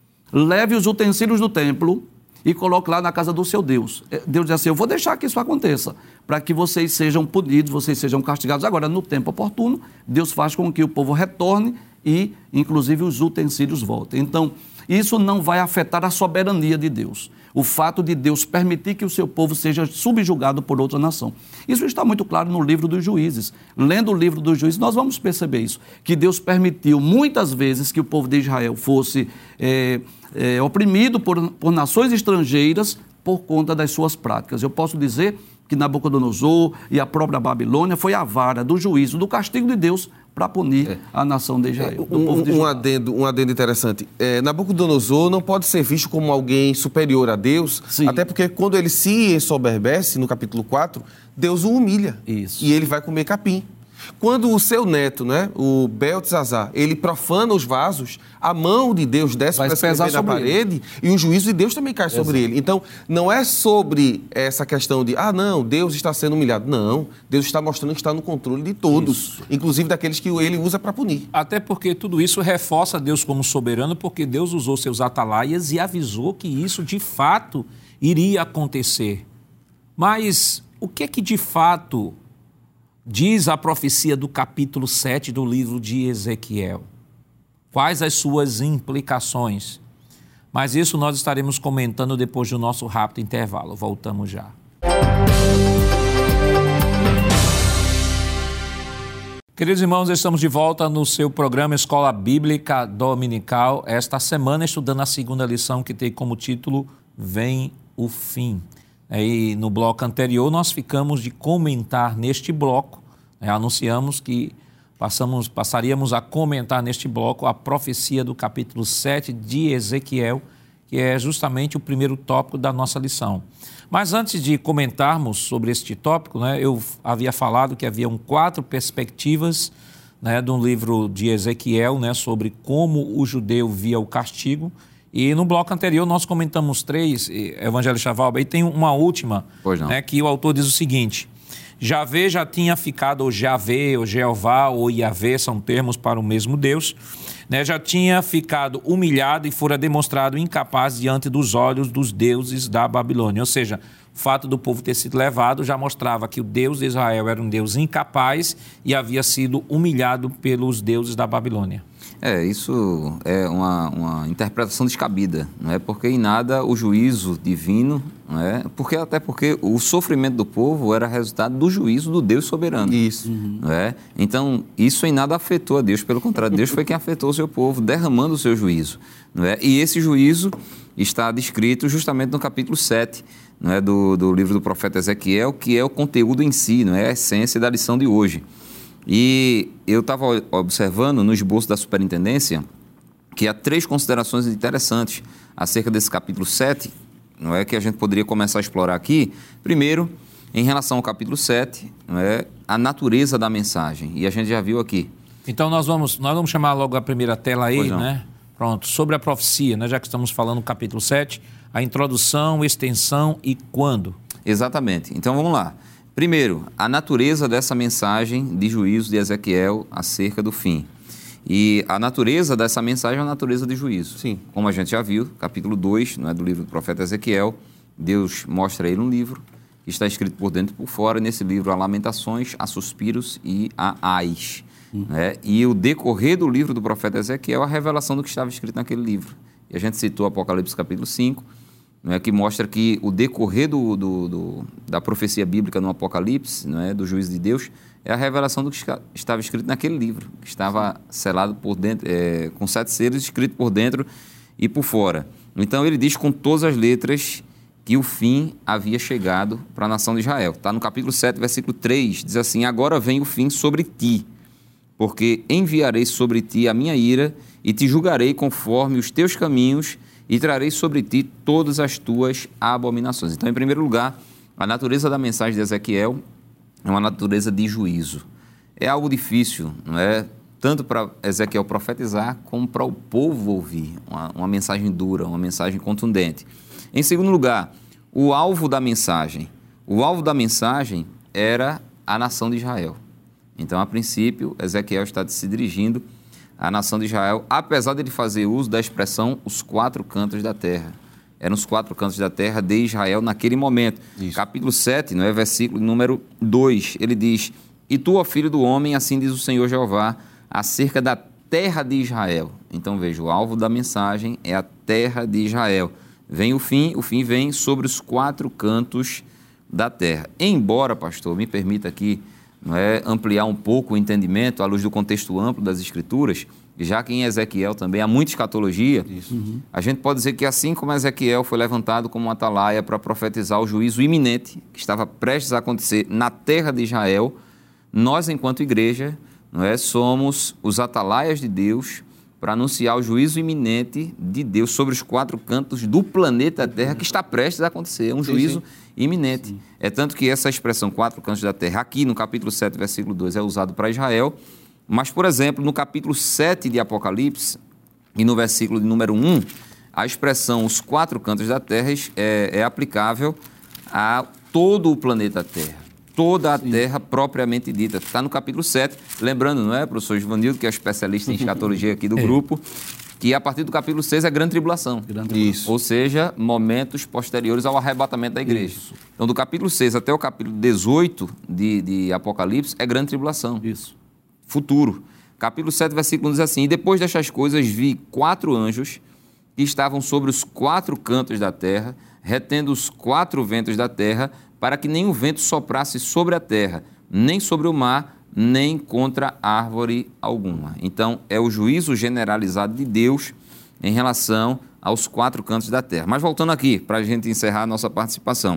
leve os utensílios do templo e coloque lá na casa do seu Deus. Deus diz assim, eu vou deixar que isso aconteça, para que vocês sejam punidos, vocês sejam castigados. Agora, no tempo oportuno, Deus faz com que o povo retorne e, inclusive, os utensílios voltem. Então, isso não vai afetar a soberania de Deus. O fato de Deus permitir que o seu povo seja subjugado por outra nação. Isso está muito claro no livro dos Juízes. Lendo o livro dos Juízes, nós vamos perceber isso, que Deus permitiu muitas vezes que o povo de Israel fosse é, é, oprimido por, por nações estrangeiras por conta das suas práticas. Eu posso dizer que Nabucodonosor e a própria Babilônia foi a vara do juízo, do castigo de Deus para punir é. a nação de Israel. É, um, povo de um, adendo, um adendo interessante. É, Nabucodonosor não pode ser visto como alguém superior a Deus, Sim. até porque quando ele se ensoberbece, no capítulo quatro, Deus o humilha. Isso. E ele vai comer capim. Quando o seu neto, né, o Beltesazar, ele profana os vasos, a mão de Deus desce para escrever na parede ele. E o juízo de Deus também cai Exato. Sobre ele. Então, não é sobre essa questão de, ah, não, Deus está sendo humilhado. Não, Deus está mostrando que está no controle de todos, isso. inclusive daqueles que ele usa para punir. Até porque tudo isso reforça Deus como soberano, porque Deus usou seus atalaias e avisou que isso, de fato, iria acontecer. Mas o que é que, de fato, diz a profecia do capítulo sete do livro de Ezequiel? Quais as suas implicações? Mas isso nós estaremos comentando depois do nosso rápido intervalo. Voltamos já. Queridos irmãos, estamos de volta no seu programa Escola Bíblica Dominical. Esta semana estudando a segunda lição que tem como título Vem o Fim. E no bloco anterior nós ficamos de comentar neste bloco, né, anunciamos que passamos, passaríamos a comentar neste bloco a profecia do capítulo sete de Ezequiel, que é justamente o primeiro tópico da nossa lição. Mas antes de comentarmos sobre este tópico, né, eu havia falado que haviam quatro perspectivas, né, do livro de Ezequiel, né, sobre como o judeu via o castigo. E no bloco anterior nós comentamos três, Evangelista Valber, e tem uma última, né, que o autor diz o seguinte: Javé já tinha ficado, ou Javé, ou Jeová, ou Iavé, são termos para o mesmo Deus, né, já tinha ficado humilhado e fora demonstrado incapaz diante dos olhos dos deuses da Babilônia. Ou seja, O fato do povo ter sido levado já mostrava que o Deus de Israel era um Deus incapaz e havia sido humilhado pelos deuses da Babilônia. É, isso é uma, uma interpretação descabida, não é? Porque em nada o juízo divino, não é? Porque, até porque o sofrimento do povo era resultado do juízo do Deus soberano. Isso. Não é? Então, isso em nada afetou a Deus, pelo contrário, Deus foi quem afetou o seu povo, derramando o seu juízo. Não é? E esse juízo está descrito justamente no capítulo sete, não é? do, do livro do profeta Ezequiel, que é o conteúdo em si, não é? A essência da lição de hoje. E eu estava observando no esboço da superintendência que há três considerações interessantes acerca desse capítulo sete, não é, que a gente poderia começar a explorar aqui. Primeiro, em relação ao capítulo sete, não é, a natureza da mensagem, e a gente já viu aqui. Então nós vamos, nós vamos chamar logo a primeira tela aí, Pois não. né? Pronto, sobre a profecia, né? Já que estamos falando do capítulo sete, a introdução, extensão e quando. Exatamente. Então vamos lá. Primeiro, a natureza dessa mensagem de juízo de Ezequiel acerca do fim. E a natureza dessa mensagem é a natureza de juízo. Sim. Como a gente já viu, capítulo dois, não é, do livro do profeta Ezequiel, Deus mostra a ele um livro que está escrito por dentro e por fora. Nesse livro há lamentações, há suspiros e há ais. Uhum. Né? E o decorrer do livro do profeta Ezequiel é a revelação do que estava escrito naquele livro. E a gente citou Apocalipse capítulo cinco, não é, que mostra que o decorrer do, do, do, da profecia bíblica no Apocalipse, não é, do juízo de Deus, é a revelação do que estava escrito naquele livro, que estava selado por dentro, é, com sete selos, escrito por dentro e por fora. Então ele diz com todas as letras que o fim havia chegado para a nação de Israel. Está no capítulo sete, versículo três, diz assim: agora vem o fim sobre ti, porque enviarei sobre ti a minha ira e te julgarei conforme os teus caminhos e trarei sobre ti todas as tuas abominações. Então, em primeiro lugar, a natureza da mensagem de Ezequiel é uma natureza de juízo. É algo difícil, não é? Tanto para Ezequiel profetizar, como para o povo ouvir. Uma, uma mensagem dura, uma mensagem contundente. Em segundo lugar, o alvo da mensagem. O alvo da mensagem era a nação de Israel. Então, a princípio, Ezequiel está se dirigindo à nação de Israel, apesar de ele fazer uso da expressão os quatro cantos da terra. Eram os quatro cantos da terra de Israel naquele momento. Isso. Capítulo sete, não é? Versículo número dois, ele diz: e tu, ó filho do homem, assim diz o Senhor Jeová, acerca da terra de Israel. Então, veja, o alvo da mensagem é a terra de Israel. Vem o fim, o fim vem sobre os quatro cantos da terra. Embora, pastor, me permita aqui, não é, ampliar um pouco o entendimento à luz do contexto amplo das Escrituras, já que em Ezequiel também há muita escatologia, uhum. A gente pode dizer que assim como Ezequiel foi levantado como um atalaia para profetizar o juízo iminente que estava prestes a acontecer na terra de Israel, nós, enquanto igreja, não é, somos os atalaias de Deus para anunciar o juízo iminente de Deus sobre os quatro cantos do planeta Terra que está prestes a acontecer. É um sim, juízo sim. iminente. Sim. É tanto que essa expressão quatro cantos da terra, aqui no capítulo sete, versículo dois, é usado para Israel, mas, por exemplo, no capítulo sete de Apocalipse e no versículo de número um, a expressão os quatro cantos da terra é, é aplicável a todo o planeta Terra. Toda a Sim. terra propriamente dita. Está no capítulo sete, lembrando, não é, professor Givanildo, que é o especialista em escatologia aqui do é. grupo, que a partir do capítulo seis é a grande tribulação. Grande tribulação. Isso. Ou seja, momentos posteriores ao arrebatamento da igreja. Isso. Então, do capítulo seis até o capítulo dezoito de, de Apocalipse é grande tribulação. Isso. Futuro. Capítulo sete, versículo um diz assim: e depois destas coisas vi quatro anjos que estavam sobre os quatro cantos da terra, retendo os quatro ventos da terra, para que nenhum vento soprasse sobre a terra, nem sobre o mar, nem contra árvore alguma. Então, é o juízo generalizado de Deus em relação aos quatro cantos da terra. Mas voltando aqui, para a gente encerrar a nossa participação.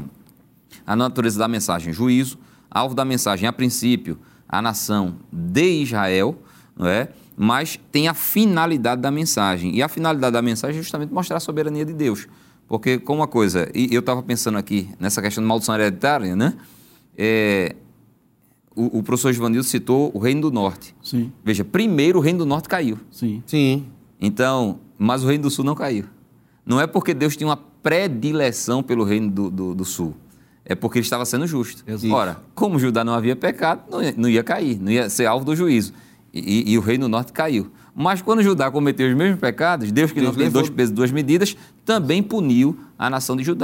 A natureza da mensagem, juízo. Alvo da mensagem, a princípio, a nação de Israel, não é? Mas tem a finalidade da mensagem. E a finalidade da mensagem é justamente mostrar a soberania de Deus. Porque, como uma coisa, e eu estava pensando aqui nessa questão de maldição hereditária, né? É, o, o professor Givanildo citou o Reino do Norte. Sim. Veja, primeiro o Reino do Norte caiu. Sim. Sim. Então, mas o Reino do Sul não caiu. Não é porque Deus tinha uma predileção pelo Reino do, do, do Sul. É porque ele estava sendo justo. Exato. Ora, como Judá não havia pecado, não ia, não ia cair, não ia ser alvo do juízo. E, e, e o Reino do Norte caiu. Mas quando Judá cometeu os mesmos pecados, Deus, que Deus não tem levou. dois pesos e duas medidas, também puniu a nação de Judá.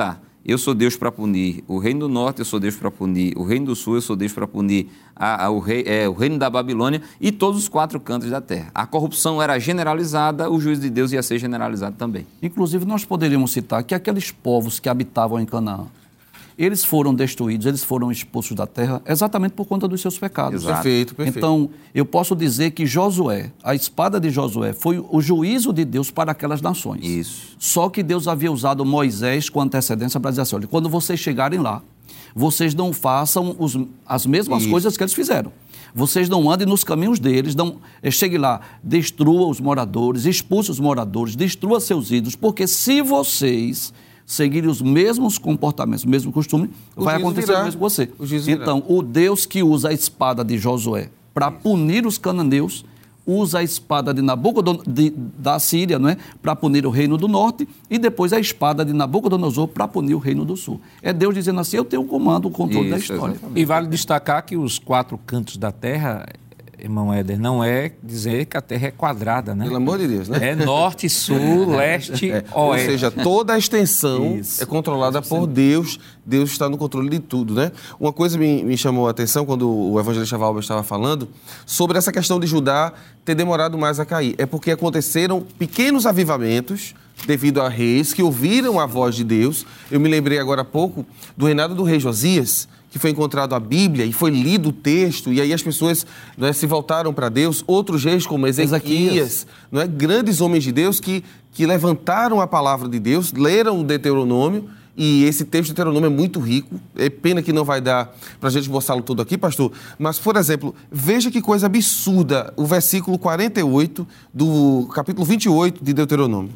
eu sou Deus para punir o reino do norte, eu sou Deus para punir o reino do sul, eu sou Deus para punir a, a, o, rei, é, o reino da Babilônia e todos os quatro cantos da terra. A corrupção era generalizada, o juízo de Deus ia ser generalizado também. Inclusive, nós poderíamos citar que aqueles povos que habitavam em Canaã, eles foram destruídos, eles foram expulsos da terra exatamente por conta dos seus pecados. Exato. Perfeito, perfeito. Então, eu posso dizer que Josué, a espada de Josué, foi o juízo de Deus para aquelas nações. Isso. Só que Deus havia usado Moisés com antecedência para dizer assim, olha, quando vocês chegarem lá, vocês não façam os, as mesmas Isso. coisas que eles fizeram. Vocês não andem nos caminhos deles, não, chegue lá, destrua os moradores, expulse os moradores, destrua seus ídolos, porque se vocês seguirem os mesmos comportamentos, o mesmo costume, O vai juízo acontecer virá. o mesmo com você. O juízo virá. Então, o Deus que usa a espada de Josué para punir os cananeus, usa a espada de Nabucodonosor, de, da Síria, não é? Para punir o reino do norte, e depois a espada de Nabucodonosor para punir o reino do sul. É Deus dizendo assim, eu tenho o comando, o controle da Isso, história. exatamente. E vale destacar que os quatro cantos da terra, irmão Éder, não é dizer que a terra é quadrada, né? Pelo amor de Deus, né? É norte, sul, leste, É, ou oeste. seja, toda a extensão Isso. é controlada por Deus. Deus está no controle de tudo, né? Uma coisa me, me chamou a atenção quando o evangelista Valber estava falando sobre essa questão de Judá ter demorado mais a cair. É porque aconteceram pequenos avivamentos devido a reis que ouviram a voz de Deus. Eu me lembrei agora há pouco do reinado do rei Josias, que foi encontrado a Bíblia e foi lido o texto, e aí as pessoas, não é, se voltaram para Deus. Outros reis, como Ezequias, Ezequias. Não é, grandes homens de Deus que, que levantaram a palavra de Deus, leram o Deuteronômio, e esse texto do Deuteronômio é muito rico. É pena que não vai dar para a gente mostrá-lo tudo aqui, pastor. Mas, por exemplo, veja que coisa absurda o versículo quarenta e oito do capítulo vinte e oito de Deuteronômio.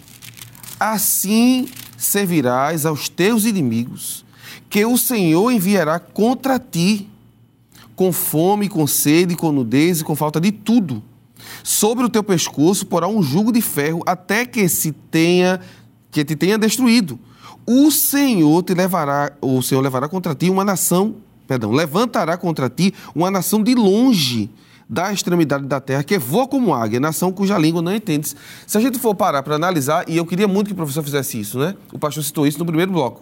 Assim servirás aos teus inimigos, que o Senhor enviará contra ti, com fome, com sede, com nudez e com falta de tudo. Sobre o teu pescoço porá um jugo de ferro, até que se tenha, que te tenha destruído. O Senhor te levará, o Senhor levará contra ti uma nação, perdão, levantará contra ti uma nação de longe da extremidade da terra, que voa como águia, nação cuja língua não entendes. Se a gente for parar para analisar, e eu queria muito que o professor fizesse isso, né? O pastor citou isso no primeiro bloco.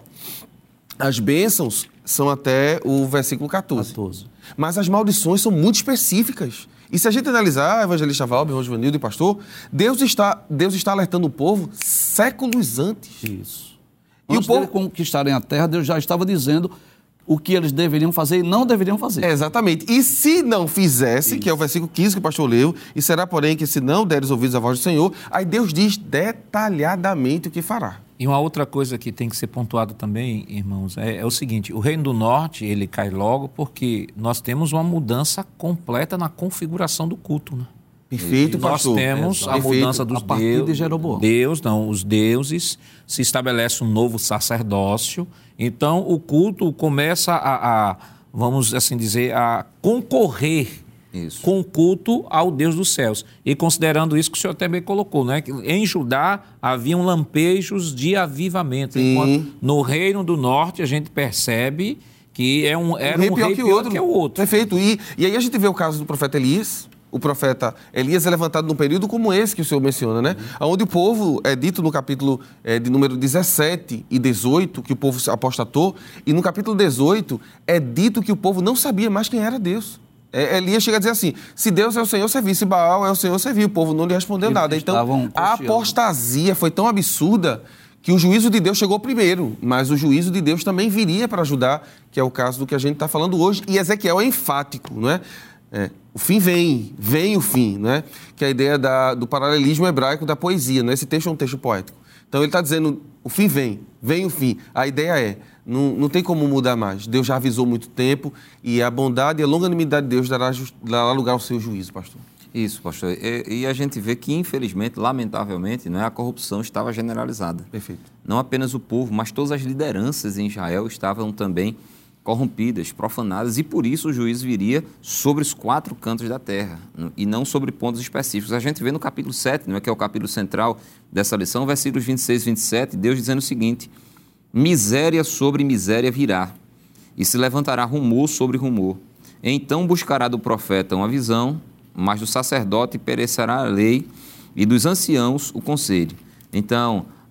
As bênçãos são até o versículo catorze. catorze. Mas as maldições são muito específicas. E se a gente analisar, evangelista Valber, Rosvanildo e pastor, Deus está, Deus está alertando o povo séculos antes. Isso. E Antes o povo de conquistarem a terra, Deus já estava dizendo o que eles deveriam fazer e não deveriam fazer. É, exatamente. E se não fizesse, Isso. que é o versículo quinze que o pastor leu, e será, porém, que se não deres ouvidos à voz do Senhor, aí Deus diz detalhadamente o que fará. E uma outra coisa que tem que ser pontuada também, irmãos, é, é o seguinte, o Reino do Norte, ele cai logo porque nós temos uma mudança completa na configuração do culto, né? Perfeito, Nós pastor. temos Exato. a mudança dos A partir deuses. de Jeroboão. Deus, não, os deuses, se estabelece um novo sacerdócio. Então, o culto começa a, a vamos assim dizer, a concorrer Isso. com o culto ao Deus dos céus. E considerando isso que o senhor também colocou, né? Que em Judá haviam lampejos de avivamento. Sim. Enquanto no Reino do Norte a gente percebe que é um, era um rei um pior, rei que, pior o outro. que o outro. Perfeito. E, e aí a gente vê o caso do profeta Elias. O profeta Elias é levantado num período como esse que o senhor menciona, né? Uhum. Onde o povo, é dito no capítulo é, de número dezessete e dezoito, que o povo apostatou, e no capítulo dezoito é dito que o povo não sabia mais quem era Deus. É, Elias chega a dizer assim, se Deus é o Senhor, servi, se Baal é o Senhor, servi. O povo não lhe respondeu Eles nada. Então, estavam a cocheando. apostasia foi tão absurda que o juízo de Deus chegou primeiro, mas o juízo de Deus também viria para ajudar, que é o caso do que a gente está falando hoje, e Ezequiel é enfático, não é? É, o fim vem, vem o fim, né? Que é a ideia da, do paralelismo hebraico da poesia, né? Esse texto é um texto poético. Então ele está dizendo, o fim vem, vem o fim. A ideia é, não, não tem como mudar mais. Deus já avisou há muito tempo e a bondade e a longanimidade de Deus dará, dará lugar ao seu juízo, pastor. Isso, pastor. E, e a gente vê que, infelizmente, lamentavelmente, né, a corrupção estava generalizada. Perfeito. Não apenas o povo, mas todas as lideranças em Israel estavam também corrompidas, profanadas, e por isso o juízo viria sobre os quatro cantos da terra, e não sobre pontos específicos. A gente vê no capítulo sete, não é, que é o capítulo central dessa lição, versículos vinte e seis e vinte e sete, Deus dizendo o seguinte, miséria sobre miséria virá, e se levantará rumor sobre rumor. Então buscará do profeta uma visão, mas do sacerdote perecerá a lei, e dos anciãos o conselho. Então,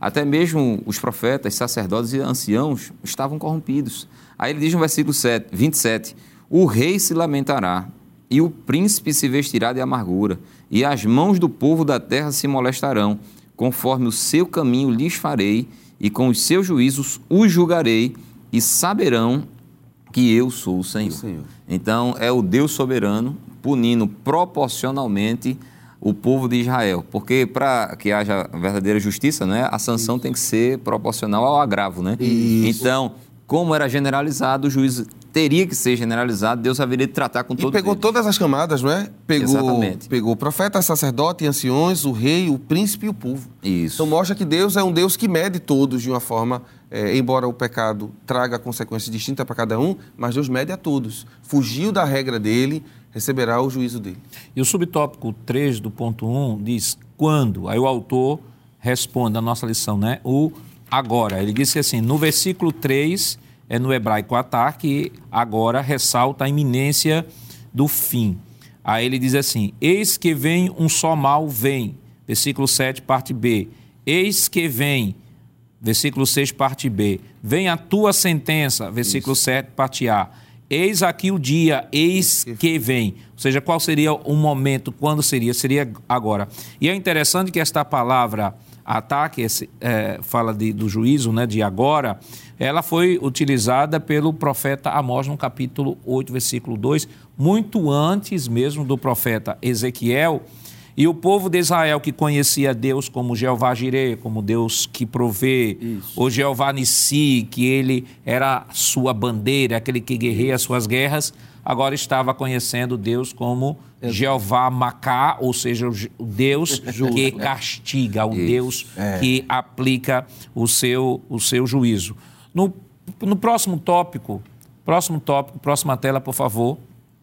até mesmo os profetas, sacerdotes e anciãos estavam corrompidos. Aí ele diz no versículo vinte e sete, o rei se lamentará, e o príncipe se vestirá de amargura, e as mãos do povo da terra se molestarão, conforme o seu caminho lhes farei, e com os seus juízos os julgarei, e saberão que eu sou o Senhor. o Senhor. Então, é o Deus soberano punindo proporcionalmente o povo de Israel, porque para que haja verdadeira justiça, né, a sanção Isso. tem que ser proporcional ao agravo, né? Isso. Então, como era generalizado, o juízo teria que ser generalizado, Deus haveria de tratar com todos eles. E pegou eles. todas as camadas, não é? Pegou, Exatamente. Pegou profeta, sacerdote, anciões, o rei, o príncipe e o povo. Isso. Então mostra que Deus é um Deus que mede todos de uma forma, é, embora o pecado traga consequências distintas para cada um, mas Deus mede a todos. Fugiu da regra dele, receberá o juízo dele. E o subtópico três do ponto um diz quando. Aí o autor responde a nossa lição, né? O agora. Ele disse assim, no versículo três... é no hebraico atar, que agora ressalta a iminência do fim. Aí ele diz assim, eis que vem um só mal, vem. Versículo sete, parte B. Eis que vem, versículo seis, parte B. Vem a tua sentença, versículo Isso. sete, parte A. Eis aqui o dia, eis que vem. Ou seja, qual seria o momento, quando seria? Seria agora. E é interessante que esta palavra ataque, esse, é, fala de, do juízo, né, de agora, ela foi utilizada pelo profeta Amós no capítulo oito, versículo dois, muito antes mesmo do profeta Ezequiel. E o povo de Israel que conhecia Deus como Jeová Jireh, como Deus que provê, Isso. ou Jeová Nissi, que ele era sua bandeira, aquele que guerreia as suas guerras, agora estava conhecendo Deus como é. Jeová Macá, ou seja, o Deus Justo, que castiga, o Isso. Deus é. que aplica o seu, o seu juízo. No, no próximo tópico, próximo tópico, próxima tela, por favor,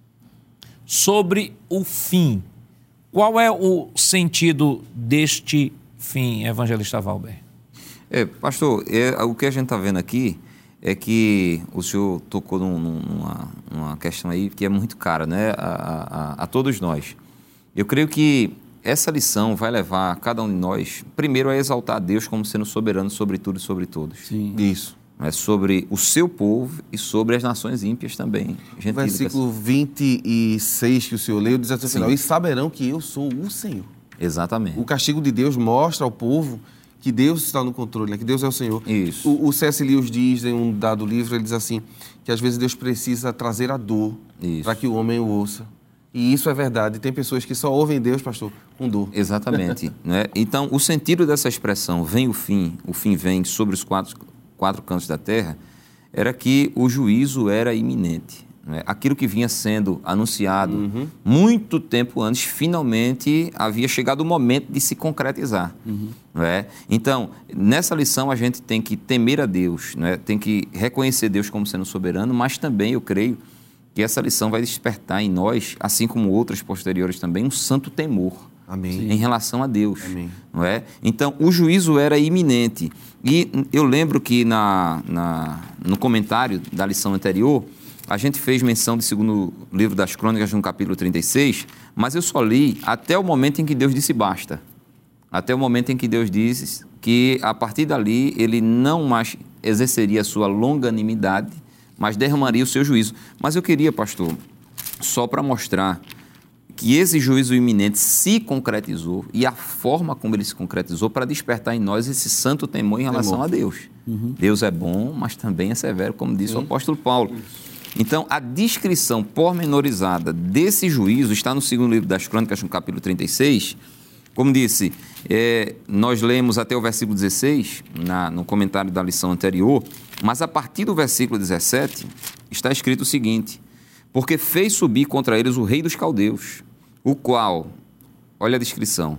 sobre o fim. Qual é o sentido deste fim, evangelista Valber? É, pastor, é, o que a gente está vendo aqui é que o senhor tocou num, numa, numa questão aí que é muito cara, né, a, a, a todos nós. Eu creio que essa lição vai levar cada um de nós, primeiro, a exaltar a Deus como sendo soberano sobre tudo e sobre todos. Sim. Isso. É sobre o seu povo e sobre as nações ímpias também. O versículo vinte e seis que o senhor leu diz até o final, e saberão que eu sou o Senhor. Exatamente. O castigo de Deus mostra ao povo que Deus está no controle, né? Que Deus é o Senhor. Isso. O, o C S Lewis diz em um dado livro, ele diz assim, que às vezes Deus precisa trazer a dor para que o homem o ouça. E isso é verdade. Tem pessoas que só ouvem Deus, pastor, com dor. Exatamente. Né? Então, o sentido dessa expressão, vem o fim, o fim vem sobre os quatro, quatro cantos da terra, era que o juízo era iminente. Né? Aquilo que vinha sendo anunciado uhum. muito tempo antes, finalmente havia chegado o momento de se concretizar. Uhum. Não é? Então, nessa lição a gente tem que temer a Deus, não é? Tem que reconhecer Deus como sendo soberano, mas também eu creio que essa lição vai despertar em nós, assim como outras posteriores também, um santo temor. Amém. Em relação a Deus. Amém. Não é? Então, o juízo era iminente. E eu lembro que na, na, no comentário da lição anterior, a gente fez menção do segundo livro das Crônicas, no capítulo trinta e seis, mas eu só li até o momento em que Deus disse basta. Até o momento em que Deus disse que, a partir dali, ele não mais exerceria a sua longanimidade, mas derramaria o seu juízo. Mas eu queria, pastor, só para mostrar que esse juízo iminente se concretizou e a forma como ele se concretizou para despertar em nós esse santo temor em relação temor. a Deus. Uhum. Deus é bom, mas também é severo, como disse uhum. o apóstolo Paulo. Então, a descrição pormenorizada desse juízo está no segundo livro das Crônicas, no capítulo trinta e seis. Como disse, é, nós lemos até o versículo dezesseis, na, no comentário da lição anterior, mas a partir do versículo dezessete está escrito o seguinte: porque fez subir contra eles o rei dos caldeus, o qual, olha a descrição,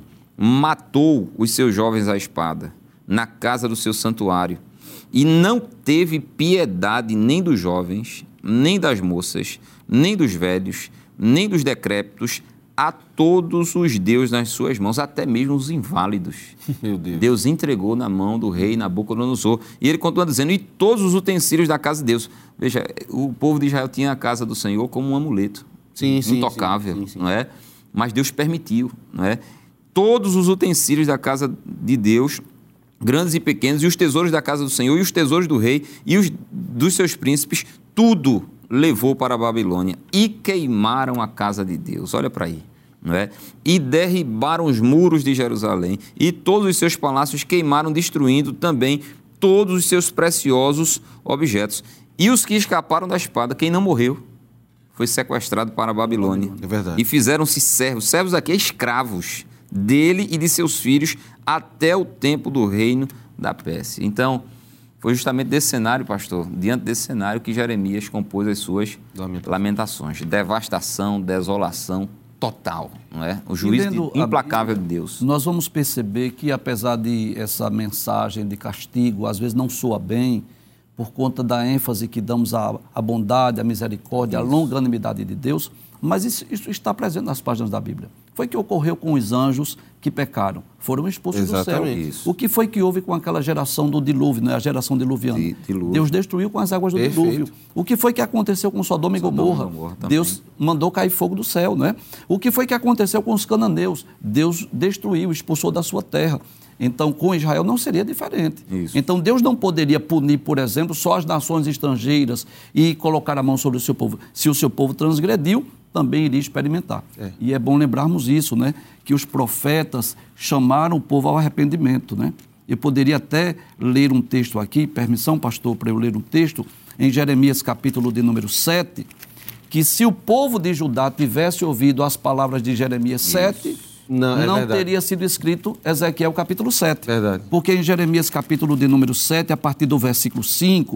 matou os seus jovens à espada na casa do seu santuário e não teve piedade nem dos jovens, nem das moças, nem dos velhos, nem dos decrépitos, a todos os deuses nas suas mãos, até mesmo os inválidos. Meu Deus. Deus entregou na mão do rei Nabucodonosor. E ele continua dizendo, e todos os utensílios da casa de Deus. Veja, o povo de Israel tinha a casa do Senhor como um amuleto, sim, intocável, sim, sim, sim. não é? Mas Deus permitiu, não é? Todos os utensílios da casa de Deus grandes e pequenos, e os tesouros da casa do Senhor, e os tesouros do rei, e os dos seus príncipes, tudo levou para a Babilônia, e queimaram a casa de Deus. Olha para aí. Não é? E derribaram os muros de Jerusalém, e todos os seus palácios queimaram, destruindo também todos os seus preciosos objetos. E os que escaparam da espada, quem não morreu, foi sequestrado para a Babilônia. É verdade. E fizeram-se servos, servos aqui, escravos dele e de seus filhos, até o tempo do reino da Pérsia. Então, foi justamente desse cenário, pastor, diante desse cenário que Jeremias compôs as suas lamentações. lamentações. Devastação, desolação total, não é? O juízo de, implacável de Deus. Nós vamos perceber que, apesar de essa mensagem de castigo, às vezes não soa bem, por conta da ênfase que damos à, à bondade, à misericórdia, isso. à longanimidade de Deus, mas isso, isso está presente nas páginas da Bíblia. Foi o que ocorreu com os anjos que pecaram, foram expulsos Exatamente. do céu. Isso. O que foi que houve com aquela geração do dilúvio, né? A geração diluviana? De, dilúvio. Deus destruiu com as águas do Perfeito. dilúvio. O que foi que aconteceu com Sodoma, Sodoma e Gomorra? Gomorra Deus mandou cair fogo do céu, né? O que foi que aconteceu com os cananeus? Deus destruiu, expulsou da sua terra. Então, com Israel não seria diferente. Isso. Então, Deus não poderia punir, por exemplo, só as nações estrangeiras e colocar a mão sobre o seu povo. Se o seu povo transgrediu, também iria experimentar. É. E é bom lembrarmos isso, né? Que os profetas chamaram o povo ao arrependimento, né? Eu poderia até ler um texto aqui, permissão, pastor, para eu ler um texto, em Jeremias capítulo de número sete, que se o povo de Judá tivesse ouvido as palavras de Jeremias isso. sete... Não, é não teria sido escrito Ezequiel capítulo sete. Verdade. Porque em Jeremias capítulo de número sete, a partir do versículo cinco,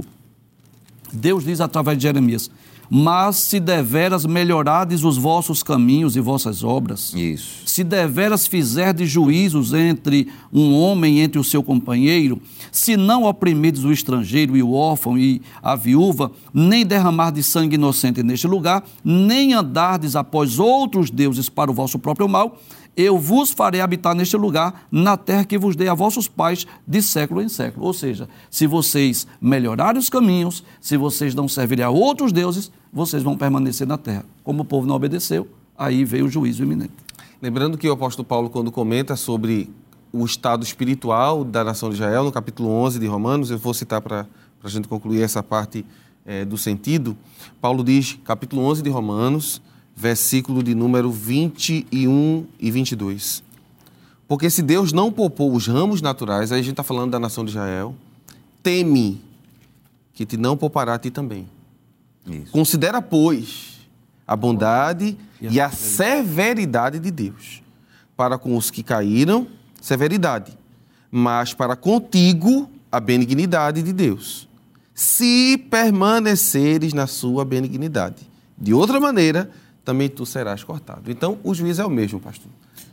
Deus diz através de Jeremias: mas se deveras melhorardes os vossos caminhos e vossas obras, isso. se deveras fizerdes juízos entre um homem e entre o seu companheiro, se não oprimirdes o estrangeiro e o órfão e a viúva, nem derramardes sangue inocente neste lugar, nem andardes após outros deuses para o vosso próprio mal, eu vos farei habitar neste lugar, na terra que vos dei a vossos pais de século em século. Ou seja, se vocês melhorarem os caminhos, se vocês não servirem a outros deuses, vocês vão permanecer na terra. Como o povo não obedeceu, aí veio o juízo iminente. Lembrando que o apóstolo Paulo, quando comenta sobre o estado espiritual da nação de Israel, no capítulo onze de Romanos, eu vou citar para a gente concluir essa parte é, do sentido, Paulo diz, capítulo onze de Romanos, versículo de número vinte e um e vinte e dois. Porque se Deus não poupou os ramos naturais, aí a gente está falando da nação de Israel, teme que te não poupará a ti também. Isso. Considera, pois, a bondade e a, e a severidade de Deus. Para com os que caíram, severidade, mas para contigo, a benignidade de Deus. Se permaneceres na sua benignidade. De outra maneira, também tu serás cortado. Então, o juízo é o mesmo, pastor.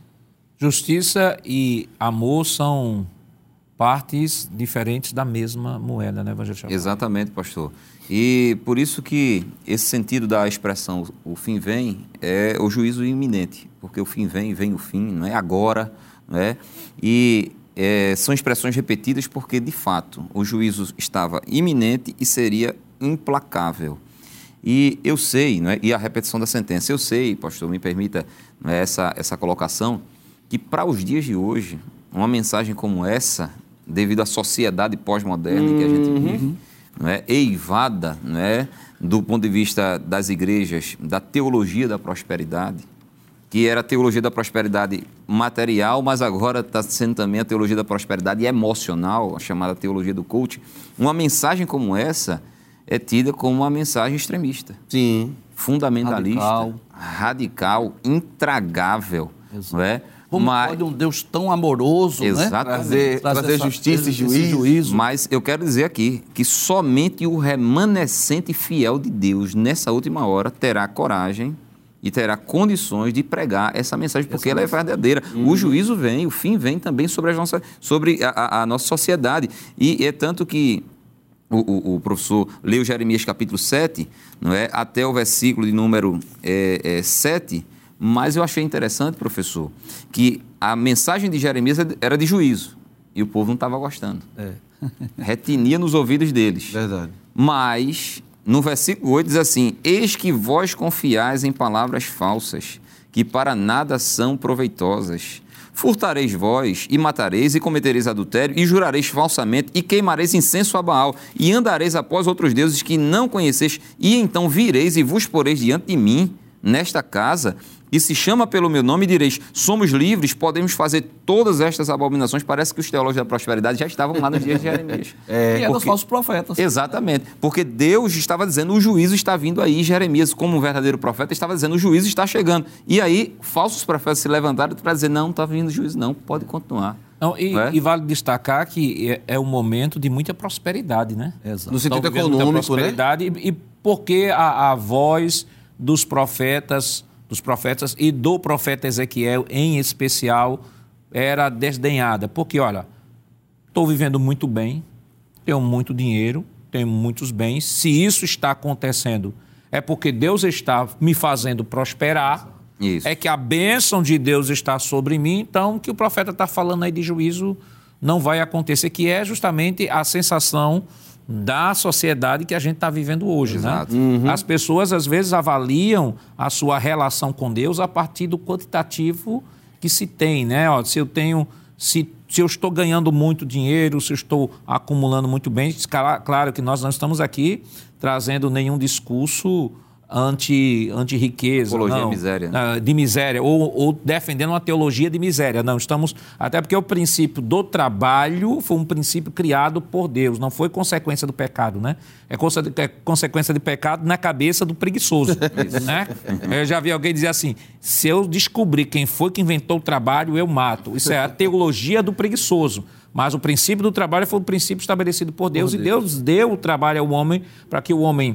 Justiça e amor são partes diferentes da mesma moeda, né, Evangelho? Exatamente, pastor. E por isso que esse sentido da expressão o fim vem é o juízo iminente, porque o fim vem, vem o fim, não é agora, não é? E é, são expressões repetidas porque, de fato, o juízo estava iminente e seria implacável. E eu sei, não é? E a repetição da sentença, eu sei, pastor, me permita, não é, essa, essa colocação, que para os dias de hoje, uma mensagem como essa, devido à sociedade pós-moderna uhum. que a gente vive, não é, eivada, não é, do ponto de vista das igrejas, da teologia da prosperidade, que era a teologia da prosperidade material, mas agora está sendo também a teologia da prosperidade emocional, a chamada teologia do coaching. Uma mensagem como essa é tida como uma mensagem extremista. Sim. Fundamentalista, radical, radical intragável. Exato. Não é? Como mas, pode um Deus tão amoroso, exatamente, né? trazer, trazer, trazer essa, justiça e juízo. juízo. Mas eu quero dizer aqui que somente o remanescente fiel de Deus, nessa última hora, terá coragem e terá condições de pregar essa mensagem, porque essa ela mensagem. é verdadeira. Hum. O juízo vem, o fim vem também sobre a nossa, sobre a, a, a nossa sociedade. E é tanto que o, o, o professor leu Jeremias capítulo sete, não é? Até o versículo de número é, é, sete, mas eu achei interessante, professor, que a mensagem de Jeremias era de juízo e o povo não estava gostando. É. Retinia nos ouvidos deles. Verdade. Mas, no versículo oito diz assim: eis que vós confiais em palavras falsas, que para nada são proveitosas. Furtareis vós, e matareis, e cometereis adultério, e jurareis falsamente, e queimareis incenso a Baal, e andareis após outros deuses que não conheceis, e então vireis e vos poreis diante de mim, nesta casa, e se chama pelo meu nome, e direis, somos livres, podemos fazer todas estas abominações. Parece que os teólogos da prosperidade já estavam lá nos dias de Jeremias. É, e eram os porque... falsos profetas. Exatamente, porque Deus estava dizendo, o juízo está vindo aí. Jeremias, como um verdadeiro profeta, estava dizendo, o juízo está chegando. E aí, falsos profetas se levantaram para dizer, não, não está vindo juízo não, pode continuar. Não, e, é? e vale destacar que é, é um momento de muita prosperidade, né? Exato. No sentido Estão vivendo econômico, muita prosperidade, né? E, e porque a, a voz dos profetas, dos profetas e do profeta Ezequiel, em especial, era desdenhada. Porque, olha, estou vivendo muito bem, tenho muito dinheiro, tenho muitos bens. Se isso está acontecendo, é porque Deus está me fazendo prosperar. Isso. É que a bênção de Deus está sobre mim, então o que o profeta está falando aí de juízo não vai acontecer, que é justamente a sensação da sociedade que a gente está vivendo hoje. Exato. Né? Uhum. As pessoas, às vezes, avaliam a sua relação com Deus a partir do quantitativo que se tem, né? Ó, se eu tenho, se, se eu estou ganhando muito dinheiro, se eu estou acumulando muito bem, claro que nós não estamos aqui trazendo nenhum discurso anti, anti-riqueza, Apologia não, à miséria. de miséria, ou, ou defendendo uma teologia de miséria. Não, estamos... Até porque o princípio do trabalho foi um princípio criado por Deus, não foi consequência do pecado, né? É, conse- é consequência de pecado na cabeça do preguiçoso, né? Eu já vi alguém dizer assim, se eu descobrir quem foi que inventou o trabalho, eu mato. Isso é a teologia do preguiçoso. Mas o princípio do trabalho foi um princípio estabelecido por Deus, por Deus. E Deus deu o trabalho ao homem para que o homem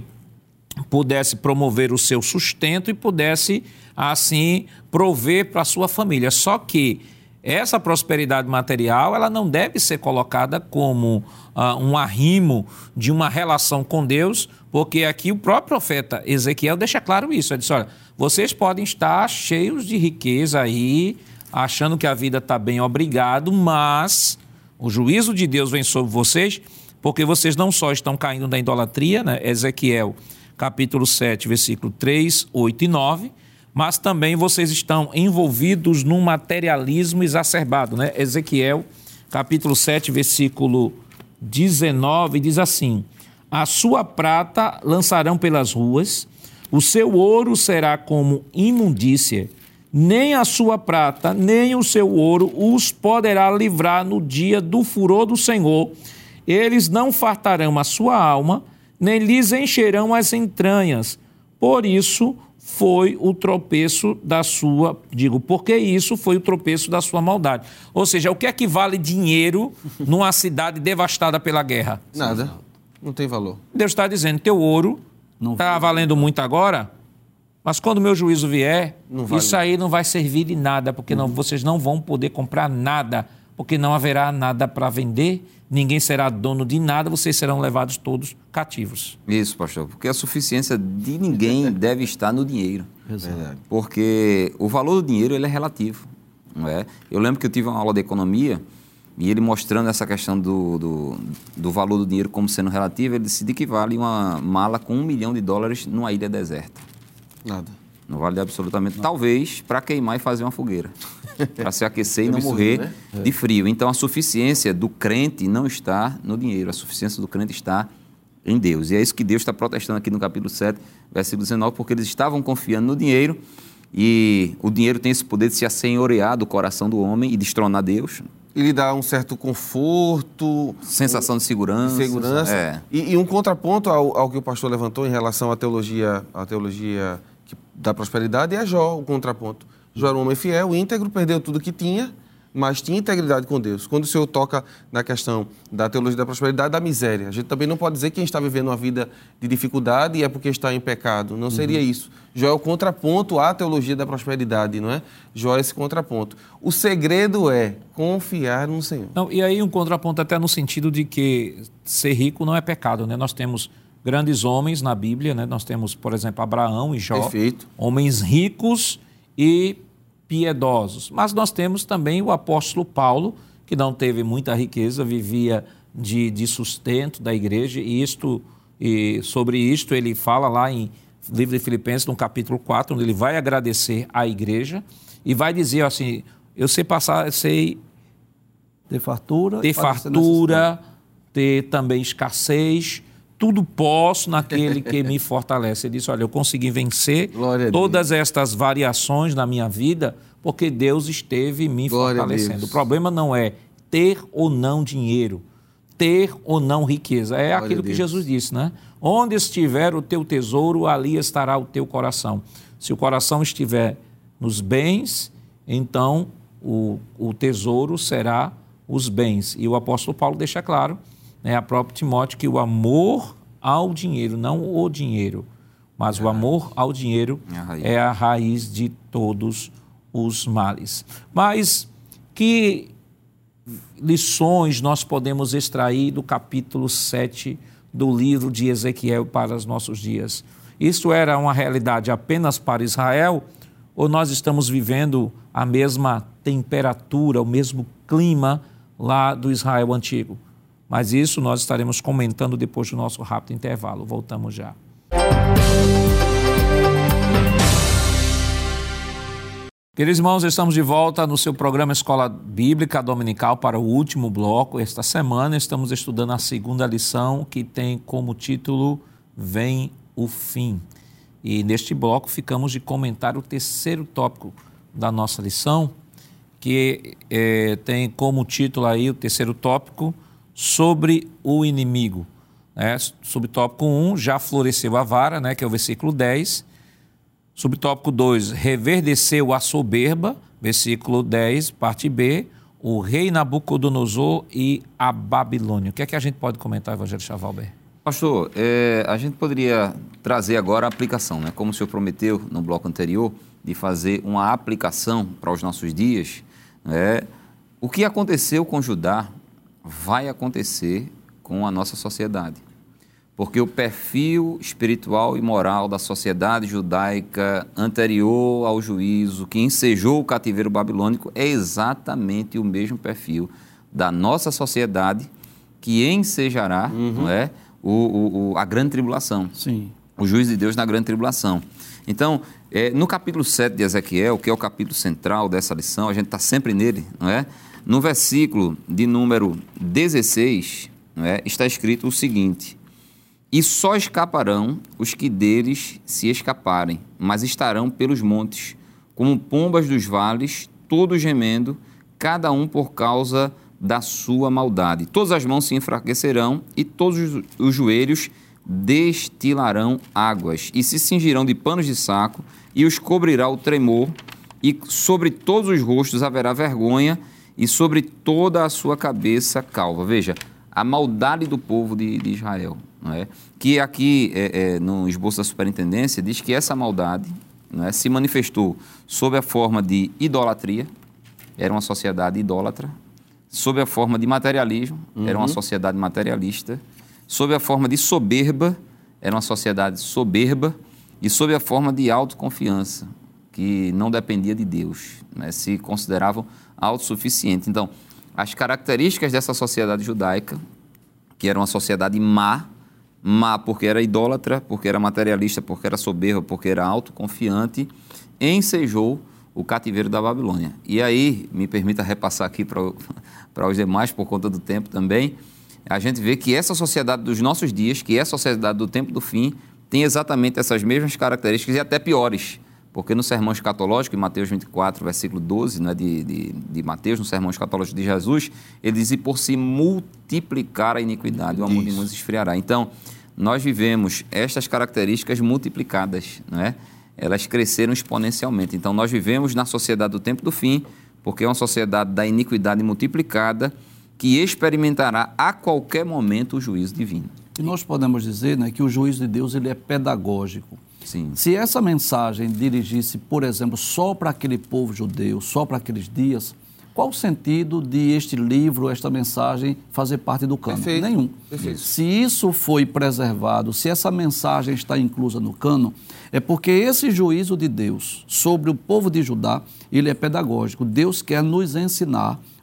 pudesse promover o seu sustento e pudesse, assim, prover para a sua família. Só que essa prosperidade material, ela não deve ser colocada como uh, um arrimo de uma relação com Deus, porque aqui o próprio profeta Ezequiel deixa claro isso. Ele diz, olha, vocês podem estar cheios de riqueza aí, achando que a vida está bem, obrigado, mas o juízo de Deus vem sobre vocês, porque vocês não só estão caindo na idolatria, né? Ezequiel capítulo sete, versículo três, oito e nove, mas também vocês estão envolvidos num materialismo exacerbado, né? Ezequiel, capítulo sete, versículo dezenove, diz assim, a sua prata lançarão pelas ruas, o seu ouro será como imundícia, nem a sua prata, nem o seu ouro os poderá livrar no dia do furor do Senhor, eles não fartarão a sua alma, nem lhes encherão as entranhas. Por isso foi o tropeço da sua... Digo, porque isso foi o tropeço da sua maldade. Ou seja, o que é que vale dinheiro numa cidade devastada pela guerra? Nada. Não tem valor. Deus está dizendo, teu ouro está valendo muito agora, mas quando o meu juízo vier, Não isso vale. aí não vai servir de nada, porque não, vocês não vão poder comprar nada, porque não haverá nada para vender, ninguém será dono de nada, vocês serão levados todos cativos. Isso, pastor, porque a suficiência de ninguém deve estar no dinheiro. Verdade. Porque o valor do dinheiro ele é relativo. Não é? Eu lembro que eu tive uma aula de economia e ele mostrando essa questão do, do, do valor do dinheiro como sendo relativo, ele disse que vale uma mala com um milhão de dólares numa ilha deserta. Nada. Não vale absolutamente. Não. Talvez para queimar e fazer uma fogueira. Para se aquecer e não absurdo, morrer né? de frio. Então, a suficiência do crente não está no dinheiro. A suficiência do crente está em Deus. E é isso que Deus está protestando aqui no capítulo sete, versículo dezenove, porque eles estavam confiando no dinheiro e o dinheiro tem esse poder de se assenhorear do coração do homem e destronar Deus. Ele dá um certo conforto... Sensação um, de segurança. De segurança. É. E, e um contraponto ao, ao que o pastor levantou em relação à teologia, à teologia que, da prosperidade é Jó, o contraponto. Jó era um homem fiel, íntegro, perdeu tudo que tinha, mas tinha integridade com Deus. Quando o Senhor toca na questão da teologia da prosperidade, da miséria, a gente também não pode dizer que quem está vivendo uma vida de dificuldade é porque está em pecado. Não seria uhum. isso. Jó é o contraponto à teologia da prosperidade, não é? Jó é esse contraponto. O segredo é confiar no Senhor. Não, e aí um contraponto até no sentido de que ser rico não é pecado, né? Nós temos grandes homens na Bíblia, né? Nós temos, por exemplo, Abraão e Jó. Perfeito. Homens ricos e piedosos. Mas nós temos também o apóstolo Paulo, que não teve muita riqueza, vivia de, de sustento da igreja, e, isto, e sobre isto ele fala lá em livro de Filipenses, no capítulo quatro, onde ele vai agradecer à igreja e vai dizer assim, eu sei passar, sei ter fartura, ter fartura, ter também escassez, tudo posso naquele que me fortalece. Ele disse, olha, eu consegui vencer todas estas variações na minha vida porque Deus esteve me Glória fortalecendo. O problema não é ter ou não dinheiro, ter ou não riqueza. É Glória aquilo que Jesus disse, né? Onde estiver o teu tesouro, ali estará o teu coração. Se o coração estiver nos bens, então o, o tesouro será os bens. E o apóstolo Paulo deixa claro, né, a próprio Timóteo, que o amor ao dinheiro, não o dinheiro, mas é. o amor ao dinheiro é a, raiz. é a raiz de todos os males. Mas que lições nós podemos extrair do capítulo sete do livro de Ezequiel para os nossos dias? Isso era uma realidade apenas para Israel ou nós estamos vivendo a mesma temperatura, o mesmo clima lá do Israel antigo? Mas isso nós estaremos comentando depois do nosso rápido intervalo. Voltamos já. Queridos irmãos, estamos de volta no seu programa Escola Bíblica Dominical para o último bloco. Esta semana estamos estudando a segunda lição, que tem como título Vem o Fim. E neste bloco ficamos de comentar o terceiro tópico da nossa lição, que é, tem como título aí o terceiro tópico, sobre o inimigo. Né? Subtópico um, já floresceu a vara, né? Que é o versículo dez. Subtópico dois, reverdeceu a soberba, versículo dez, parte B, o rei Nabucodonosor e a Babilônia. O que é que a gente pode comentar, evangelista Valber? Pastor, é, a gente poderia trazer agora a aplicação, né? Como o senhor prometeu no bloco anterior, de fazer uma aplicação para os nossos dias. Né? O que aconteceu com Judá vai acontecer com a nossa sociedade. Porque o perfil espiritual e moral da sociedade judaica anterior ao juízo, que ensejou o cativeiro babilônico, é exatamente o mesmo perfil da nossa sociedade que ensejará uhum. não é, o, o, o, a grande tribulação. Sim. O juízo de Deus na grande tribulação. Então, é, no capítulo sete de Ezequiel, que é o capítulo central dessa lição, a gente está sempre nele, não é? No versículo de número dezesseis, não é, está escrito o seguinte: e só escaparão os que deles se escaparem, mas estarão pelos montes, como pombas dos vales, todos gemendo, cada um por causa da sua maldade. Todas as mãos se enfraquecerão e todos os joelhos destilarão águas, e se cingirão de panos de saco, e os cobrirá o tremor, e sobre todos os rostos haverá vergonha, e sobre toda a sua cabeça calva. Veja, a maldade do povo de, de Israel, não é? Que aqui, é, é, no esboço da superintendência, diz que essa maldade, não é, se manifestou sob a forma de idolatria, era uma sociedade idólatra, sob a forma de materialismo, uhum. era uma sociedade materialista, sob a forma de soberba, era uma sociedade soberba, e sob a forma de autoconfiança, que não dependia de Deus, né? Se consideravam autossuficientes. Então, as características dessa sociedade judaica, que era uma sociedade má, má porque era idólatra, porque era materialista, porque era soberba, porque era autoconfiante, ensejou o cativeiro da Babilônia. E aí, me permita repassar aqui para os demais, por conta do tempo também, a gente vê que essa sociedade dos nossos dias, que é a sociedade do tempo do fim, tem exatamente essas mesmas características e até piores. Porque no sermão escatológico, em Mateus vinte e quatro, versículo doze, né, de, de, de Mateus, no sermão escatológico de Jesus, ele diz: e por se multiplicar a iniquidade, o amor de muitos esfriará. Então, nós vivemos estas características multiplicadas, não é? Elas cresceram exponencialmente. Então, nós vivemos na sociedade do tempo do fim, porque é uma sociedade da iniquidade multiplicada, que experimentará a qualquer momento o juízo divino. E nós podemos dizer, né, que o juízo de Deus ele é pedagógico. Sim. Se essa mensagem dirigisse, por exemplo, só para aquele povo judeu, só para aqueles dias, qual o sentido de este livro, esta mensagem, fazer parte do cânon? Perfeito. Nenhum. Perfeito. Se isso foi preservado, se essa mensagem está inclusa no cânon, é porque esse juízo de Deus sobre o povo de Judá, ele é pedagógico. Deus quer nos ensinar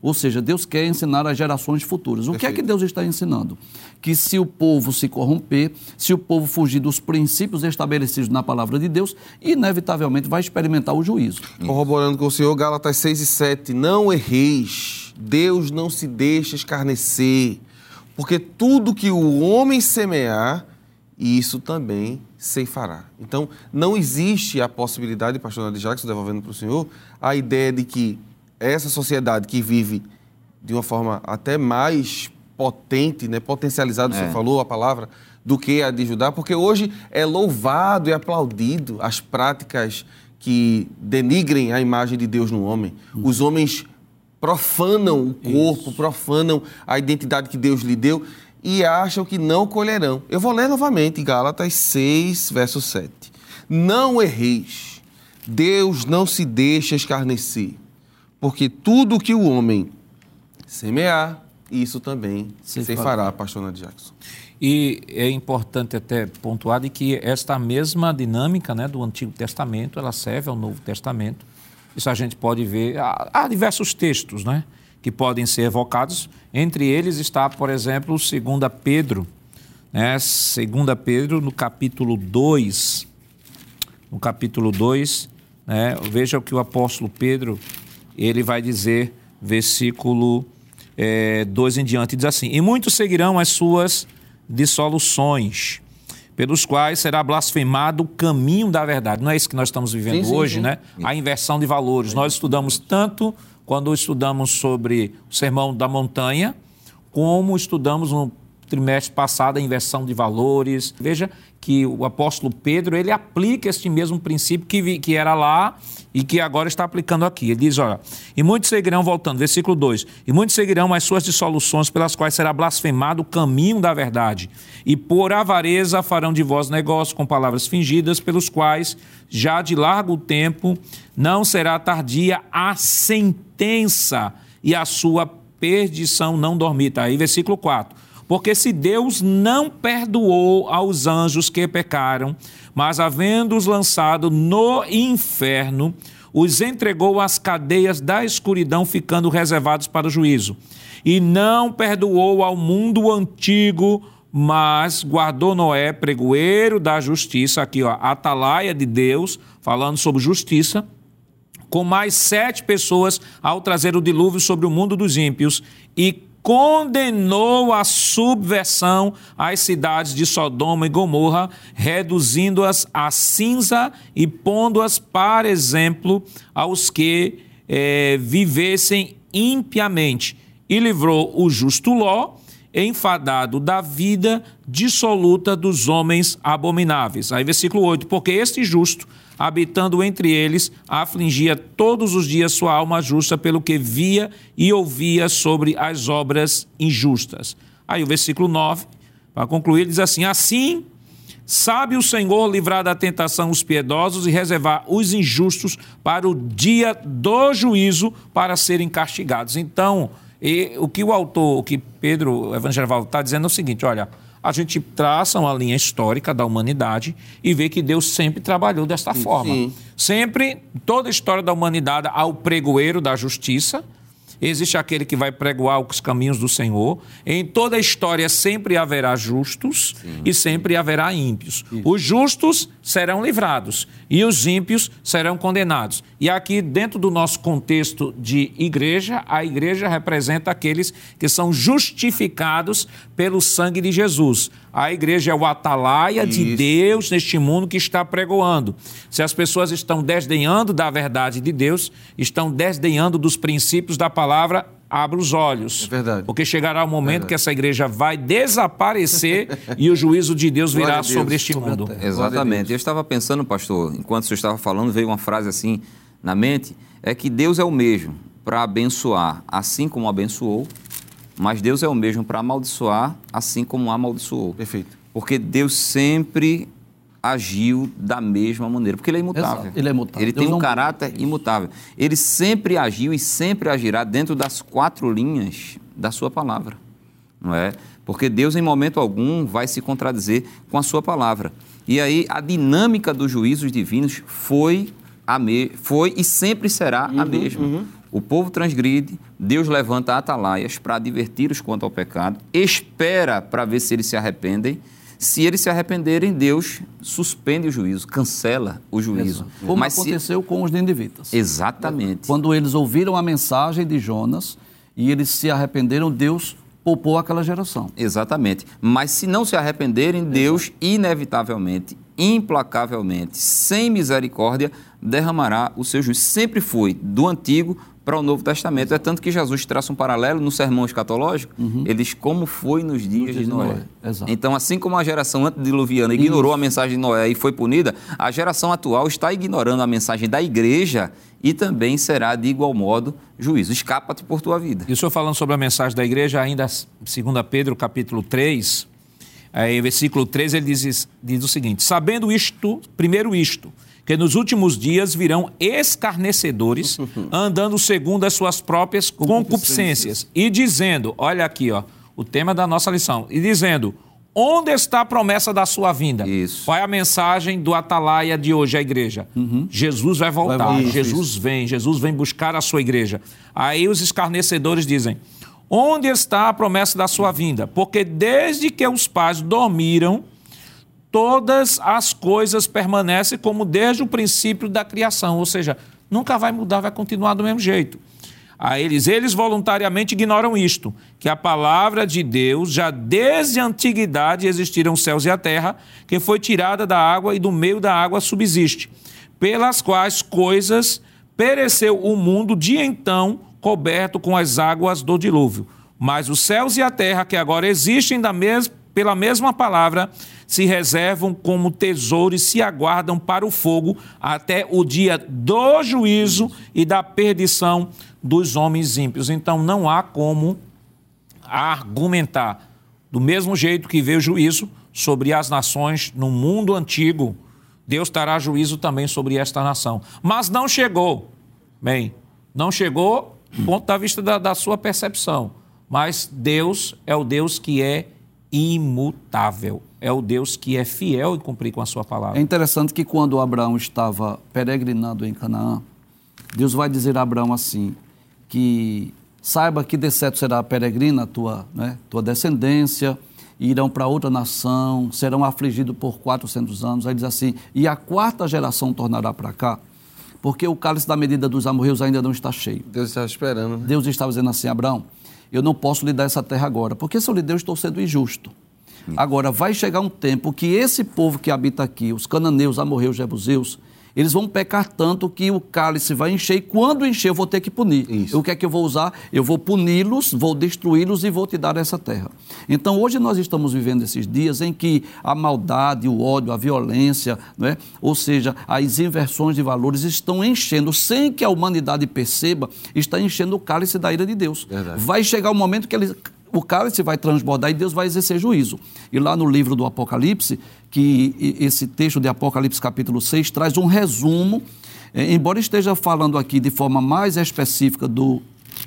Ou seja, Deus quer ensinar às gerações futuras. O Perfeito. Que é que Deus está ensinando? Que se o povo se corromper, se o povo fugir dos princípios estabelecidos na palavra de Deus, inevitavelmente vai experimentar o juízo. Corroborando com o senhor, Gálatas seis e sete, não erreis, Deus não se deixa escarnecer, porque tudo que o homem semear, isso também ceifará. Então, não existe a possibilidade, pastor Nadir Jackson, devolvendo para o senhor, a ideia de que essa sociedade que vive de uma forma até mais potente, né, potencializada, é. o senhor falou a palavra, do que a de Judá, porque hoje é louvado e aplaudido as práticas que denigrem a imagem de Deus no homem. Hum. Os homens profanam o corpo, Isso. profanam a identidade que Deus lhe deu e acham que não colherão. Eu vou ler novamente Gálatas seis, verso sete. Não erreis, Deus não se deixa escarnecer, porque tudo que o homem semear, isso também se fará, pastor Nadir Jackson. E é importante até pontuar de que esta mesma dinâmica, né, do Antigo Testamento, ela serve ao Novo Testamento. Isso a gente pode ver, há, há diversos textos, né, que podem ser evocados. Entre eles está, por exemplo, Segunda Pedro, né, Segunda Pedro no capítulo dois, no capítulo dois, né, veja o que o apóstolo Pedro, ele vai dizer, versículo é, dois em diante, diz assim: e muitos seguirão as suas dissoluções, pelos quais será blasfemado o caminho da verdade. Não é isso que nós estamos vivendo sim, sim, hoje, sim. né? A inversão de valores. Sim. Nós estudamos tanto quando estudamos sobre o Sermão da Montanha, como estudamos no trimestre passado a inversão de valores. Veja que o apóstolo Pedro, ele aplica este mesmo princípio que, que era lá e que agora está aplicando aqui. Ele diz, olha, e muitos seguirão, voltando, versículo dois, e muitos seguirão as suas dissoluções, pelas quais será blasfemado o caminho da verdade, e por avareza farão de vós negócio com palavras fingidas, pelos quais já de largo tempo não será tardia a sentença e a sua perdição não dormita. Aí, versículo quatro. Porque se Deus não perdoou aos anjos que pecaram, mas havendo-os lançado no inferno, os entregou às cadeias da escuridão, ficando reservados para o juízo. E não perdoou ao mundo antigo, mas guardou Noé, pregoeiro da justiça, aqui ó, atalaia de Deus, falando sobre justiça, com mais sete pessoas ao trazer o dilúvio sobre o mundo dos ímpios, e condenou a subversão às cidades de Sodoma e Gomorra, reduzindo-as a cinza e pondo-as para exemplo aos que eh, vivessem impiamente. E livrou o justo Ló, enfadado da vida dissoluta dos homens abomináveis. Aí versículo oito, porque este justo, habitando entre eles, afligia todos os dias sua alma justa pelo que via e ouvia sobre as obras injustas. Aí o versículo nove, para concluir, diz assim, assim sabe o Senhor livrar da tentação os piedosos e reservar os injustos para o dia do juízo, para serem castigados. Então, e, o que o autor, o que Pedro, o Evangelho está dizendo é o seguinte, olha, a gente traça uma linha histórica da humanidade e vê que Deus sempre trabalhou desta forma. Sim. Sempre, toda a história da humanidade, há o pregoeiro da justiça, existe aquele que vai pregoar os caminhos do Senhor. Em toda a história sempre haverá justos Sim. e sempre haverá ímpios. Isso. Os justos serão livrados e os ímpios serão condenados. E aqui, dentro do nosso contexto de igreja, a igreja representa aqueles que são justificados pelo sangue de Jesus. A igreja é o atalaia Isso. de Deus neste mundo que está pregoando. Se as pessoas estão desdenhando da verdade de Deus, estão desdenhando dos princípios da palavra, abra os olhos. É verdade. Porque chegará o momento é que essa igreja vai desaparecer e o juízo de Deus virá Deus, sobre este sobre mundo. Exatamente. Eu estava pensando, pastor, enquanto o senhor estava falando, veio uma frase assim na mente, é que Deus é o mesmo para abençoar, assim como abençoou, mas Deus é o mesmo para amaldiçoar, assim como amaldiçoou. Perfeito. Porque Deus sempre agiu da mesma maneira, porque Ele é imutável. Exato. Ele é imutável. Ele Deus tem um caráter isso. imutável. Ele sempre agiu e sempre agirá dentro das quatro linhas da sua palavra, não é? Porque Deus, em momento algum, vai se contradizer com a sua palavra. E aí, a dinâmica dos juízos divinos foi, a me... foi e sempre será uhum, a mesma. Uhum. O povo transgride, Deus levanta atalaias para advertir-os quanto ao pecado, espera para ver se eles se arrependem. Se eles se arrependerem, Deus suspende o juízo, cancela o juízo. Exato. Como Mas aconteceu se... com os ninivitas. Exatamente. Quando eles ouviram a mensagem de Jonas e eles se arrependeram, Deus poupou aquela geração. Exatamente. Mas se não se arrependerem, Exato. Deus inevitavelmente, implacavelmente, sem misericórdia, derramará o seu juízo. Sempre foi do Antigo para o Novo Testamento. Exato. É tanto que Jesus traça um paralelo no sermão escatológico, uhum. ele diz como foi nos dias, nos dias de Noé. De Noé. Exato. Então, assim como a geração antediluviana ignorou Isso. a mensagem de Noé e foi punida, a geração atual está ignorando a mensagem da igreja e também será, de igual modo, juízo. Escapa-te por tua vida. E o senhor falando sobre a mensagem da igreja, ainda segundo Pedro, capítulo três, aí, versículo três, ele diz, diz o seguinte: sabendo isto, primeiro isto, que nos últimos dias virão escarnecedores, andando segundo as suas próprias concupiscências, e dizendo, olha aqui, ó, o tema da nossa lição, e dizendo, onde está a promessa da sua vinda? Isso. Qual é a mensagem do Atalaia de hoje, a igreja? Uhum. Jesus vai voltar, vai voltar. Jesus isso. vem, Jesus vem buscar a sua igreja. Aí os escarnecedores dizem, onde está a promessa da sua vinda? Porque desde que os pais dormiram, todas as coisas permanecem como desde o princípio da criação, ou seja, nunca vai mudar, vai continuar do mesmo jeito. A eles, eles voluntariamente ignoram isto, que a palavra de Deus, já desde a antiguidade existiram os céus e a terra, que foi tirada da água e do meio da água subsiste, pelas quais coisas pereceu o mundo de então coberto com as águas do dilúvio. Mas os céus e a terra, que agora existem da mes- pela mesma palavra, se reservam como tesouro e se aguardam para o fogo até o dia do juízo e da perdição dos homens ímpios. Então não há como argumentar. Do mesmo jeito que veio o juízo sobre as nações no mundo antigo, Deus terá juízo também sobre esta nação. Mas não chegou. Bem, não chegou do ponto da vista da, da sua percepção. Mas Deus é o Deus que é imutável. É o Deus que é fiel em cumprir com a sua palavra. É interessante que quando Abraão estava peregrinando em Canaã, Deus vai dizer a Abraão assim, que saiba que de certo será peregrina a tua, né, tua descendência, irão para outra nação, serão afligidos por quatrocentos anos. Aí diz assim, e a quarta geração tornará para cá, porque o cálice da medida dos amorreus ainda não está cheio. Deus estava esperando. Né? Deus estava dizendo assim, Abraão, eu não posso lhe dar essa terra agora, porque se eu lhe der, eu estou sendo injusto. Sim. Agora, vai chegar um tempo que esse povo que habita aqui, os cananeus, amorreus, jebuseus, eles vão pecar tanto que o cálice vai encher e quando encher eu vou ter que punir. Isso. O que é que eu vou usar? Eu vou puni-los, vou destruí-los e vou te dar essa terra. Então hoje nós estamos vivendo esses dias em que a maldade, o ódio, a violência, né? Ou seja, as inversões de valores estão enchendo, sem que a humanidade perceba, está enchendo o cálice da ira de Deus. Verdade. Vai chegar um momento que eles... o cálice vai transbordar e Deus vai exercer juízo. E lá no livro do Apocalipse, que esse texto de Apocalipse capítulo seis traz um resumo, embora esteja falando aqui de forma mais específica do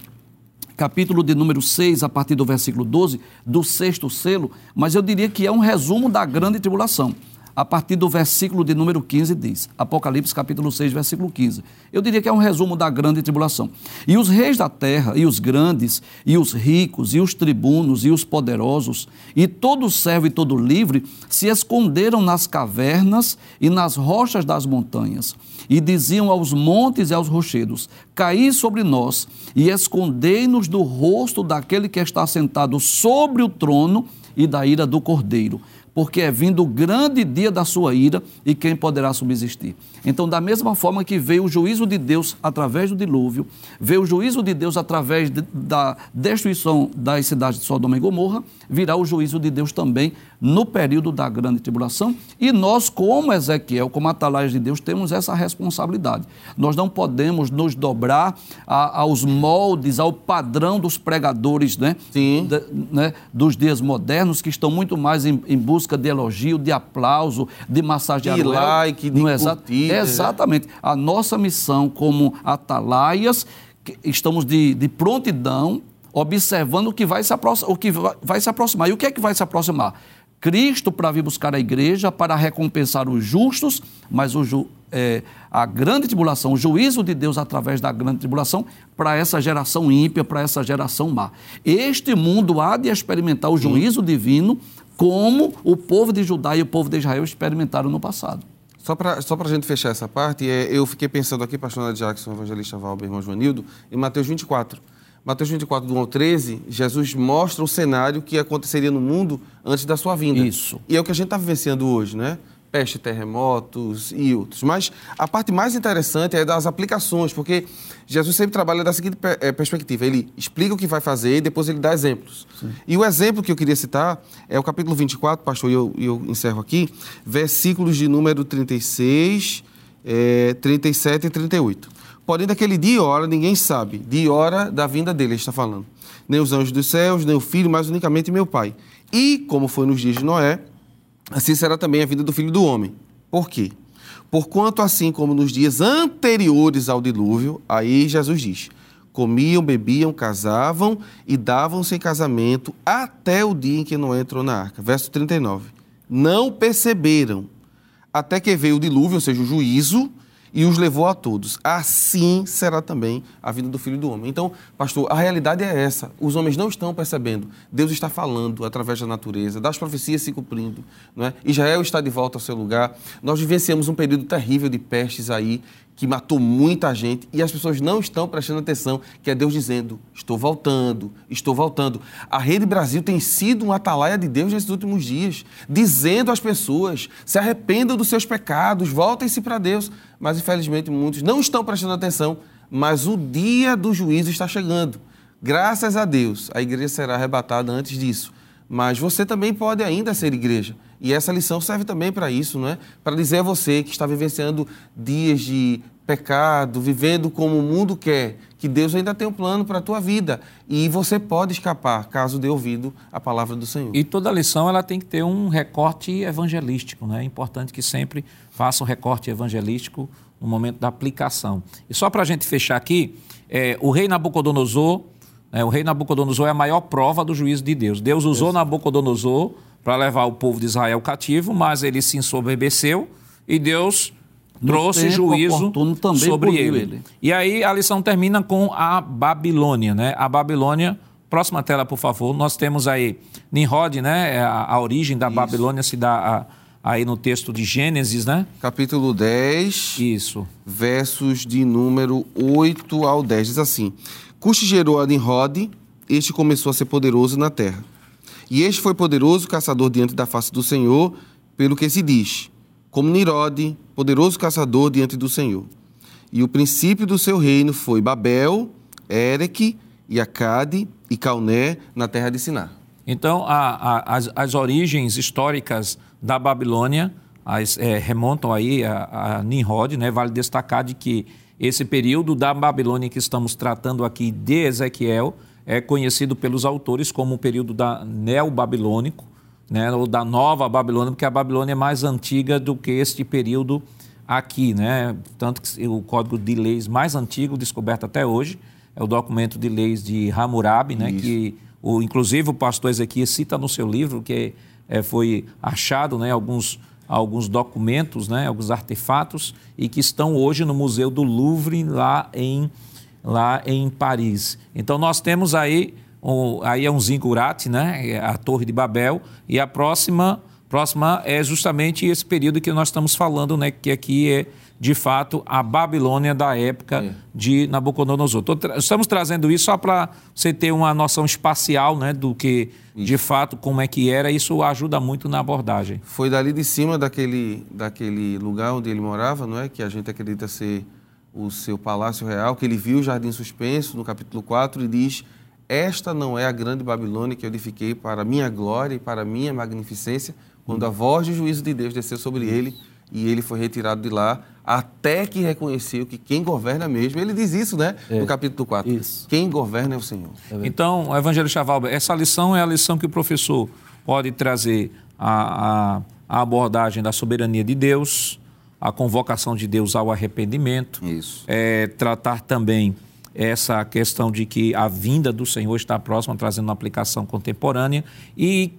capítulo de número seis, a partir do versículo doze, do sexto selo, mas eu diria que é um resumo da grande tribulação. A partir do versículo de número quinze diz, Apocalipse capítulo seis, versículo quinze. Eu diria que é um resumo da grande tribulação. E os reis da terra, e os grandes, e os ricos, e os tribunos, e os poderosos, e todo servo e todo livre, se esconderam nas cavernas e nas rochas das montanhas, e diziam aos montes e aos rochedos, caí sobre nós, e escondei-nos do rosto daquele que está sentado sobre o trono e da ira do Cordeiro, porque é vindo o grande dia da sua ira e quem poderá subsistir. Então, da mesma forma que veio o juízo de Deus através do dilúvio, veio o juízo de Deus através de, da destruição das cidades de Sodoma e Gomorra, virá o juízo de Deus também no período da grande tribulação. E nós, como Ezequiel, como atalaias de Deus, temos essa responsabilidade. Nós não podemos nos dobrar a, aos moldes, ao padrão dos pregadores, né? Sim. De, né? dos dias modernos, que estão muito mais em, em busca de elogio, de aplauso, de massagear o like, de curtir. Exatamente. A nossa missão como atalaias, estamos de, de prontidão, observando o que vai se aproximar, o que vai se aproximar. E o que é que vai se aproximar? Cristo para vir buscar a igreja, para recompensar os justos, mas o ju, é, a grande tribulação, o juízo de Deus através da grande tribulação para essa geração ímpia, para essa geração má. Este mundo há de experimentar o juízo divino como o povo de Judá e o povo de Israel experimentaram no passado. Só para só a gente fechar essa parte, é, eu fiquei pensando aqui, pastor Ana Jackson, evangelista Valber, irmão Joanildo, em Mateus vinte e quatro. Mateus vinte e quatro, do um ao treze, Jesus mostra o cenário que aconteceria no mundo antes da sua vinda. Isso. E é o que a gente está vivenciando hoje, né? Peste, terremotos e outros. Mas a parte mais interessante é das aplicações, porque Jesus sempre trabalha da seguinte perspectiva. Ele explica o que vai fazer e depois ele dá exemplos. Sim. E o exemplo que eu queria citar é o capítulo vinte e quatro, pastor, e eu, eu encerro aqui, versículos de número trinta e seis, é, trinta e sete e trinta e oito. Porém, daquele dia e hora, ninguém sabe. Dia e hora da vinda dele, ele está falando. Nem os anjos dos céus, nem o Filho, mas unicamente meu Pai. E, como foi nos dias de Noé, assim será também a vida do Filho do Homem. Por quê? Porquanto, assim como nos dias anteriores ao dilúvio, aí Jesus diz, comiam, bebiam, casavam e davam-se em casamento até o dia em que Noé entrou na arca. Verso trinta e nove. Não perceberam, até que veio o dilúvio, ou seja, o juízo, e os levou a todos. Assim será também a vida do Filho do Homem. Então, pastor, a realidade é essa. Os homens não estão percebendo. Deus está falando através da natureza, das profecias se cumprindo, não é? Israel está de volta ao seu lugar. Nós vivenciamos um período terrível de pestes aí, que matou muita gente, e as pessoas não estão prestando atenção, que é Deus dizendo, estou voltando, estou voltando. A Rede Brasil tem sido um atalaia de Deus nesses últimos dias, dizendo às pessoas, se arrependam dos seus pecados, voltem-se para Deus. Mas, infelizmente, muitos não estão prestando atenção, mas o dia do juízo está chegando. Graças a Deus, a igreja será arrebatada antes disso. Mas você também pode ainda ser igreja. E essa lição serve também para isso, não é? Para dizer a você que está vivenciando dias de pecado, vivendo como o mundo quer, que Deus ainda tem um plano para a tua vida. E você pode escapar, caso dê ouvido à palavra do Senhor. E toda lição ela tem que ter um recorte evangelístico, né? É importante que sempre faça um recorte evangelístico no momento da aplicação. E só para a gente fechar aqui, é, o rei Nabucodonosor, é, o rei Nabucodonosor é a maior prova do juízo de Deus. Deus usou Isso. Nabucodonosor para levar o povo de Israel cativo, mas ele se ensoberbeceu e Deus no trouxe juízo sobre ele. ele. E aí a lição termina com a Babilônia, né? A Babilônia, próxima tela, por favor, nós temos aí Nimrod, né? A, a origem da Isso. Babilônia se dá a, aí no texto de Gênesis, né? Capítulo dez. Isso. Versos de número oito ao dez. Diz assim, Cuxi gerou a Nimrod, este começou a ser poderoso na terra. E este foi poderoso caçador diante da face do Senhor, pelo que se diz, como Nimrod, poderoso caçador diante do Senhor. E o princípio do seu reino foi Babel, Ereque, e Acade e Calné, na terra de Sinar. Então, a, a, as, as origens históricas da Babilônia as, é, remontam aí a, a Nimrod, né? Vale destacar de que esse período da Babilônia que estamos tratando aqui de Ezequiel é conhecido pelos autores como o período da neobabilônico, né, ou da nova Babilônia, porque a Babilônia é mais antiga do que este período aqui, né? Tanto que o código de leis mais antigo descoberto até hoje é o documento de leis de Hammurabi, né, que o, inclusive o pastor Ezequiel cita no seu livro que é, foi achado, né, alguns, alguns documentos, né, alguns artefatos e que estão hoje no Museu do Louvre lá em lá em Paris. Então, nós temos aí, um, aí é um zigurate, né? A Torre de Babel, e a próxima, próxima é justamente esse período que nós estamos falando, né? Que aqui é, de fato, a Babilônia da época é. de Nabucodonosor. Tra- estamos trazendo isso só para você ter uma noção espacial, né? Do que, isso. de fato, como é que era. Isso ajuda muito na abordagem. Foi dali de cima daquele, daquele lugar onde ele morava, não é? Que a gente acredita ser o seu palácio real, que ele viu o jardim suspenso no capítulo quatro e diz, esta não é a grande Babilônia que eu edifiquei para a minha glória e para a minha magnificência, quando a voz de juízo de Deus desceu sobre ele e ele foi retirado de lá, até que reconheceu que quem governa mesmo, ele diz isso, né? É, no capítulo quatro, isso. Quem governa é o Senhor. Então, evangelista Valber, essa lição é a lição que o professor pode trazer a, a, a abordagem da soberania de Deus, a convocação de Deus ao arrependimento, Isso. É, tratar também essa questão de que a vinda do Senhor está próxima, trazendo uma aplicação contemporânea e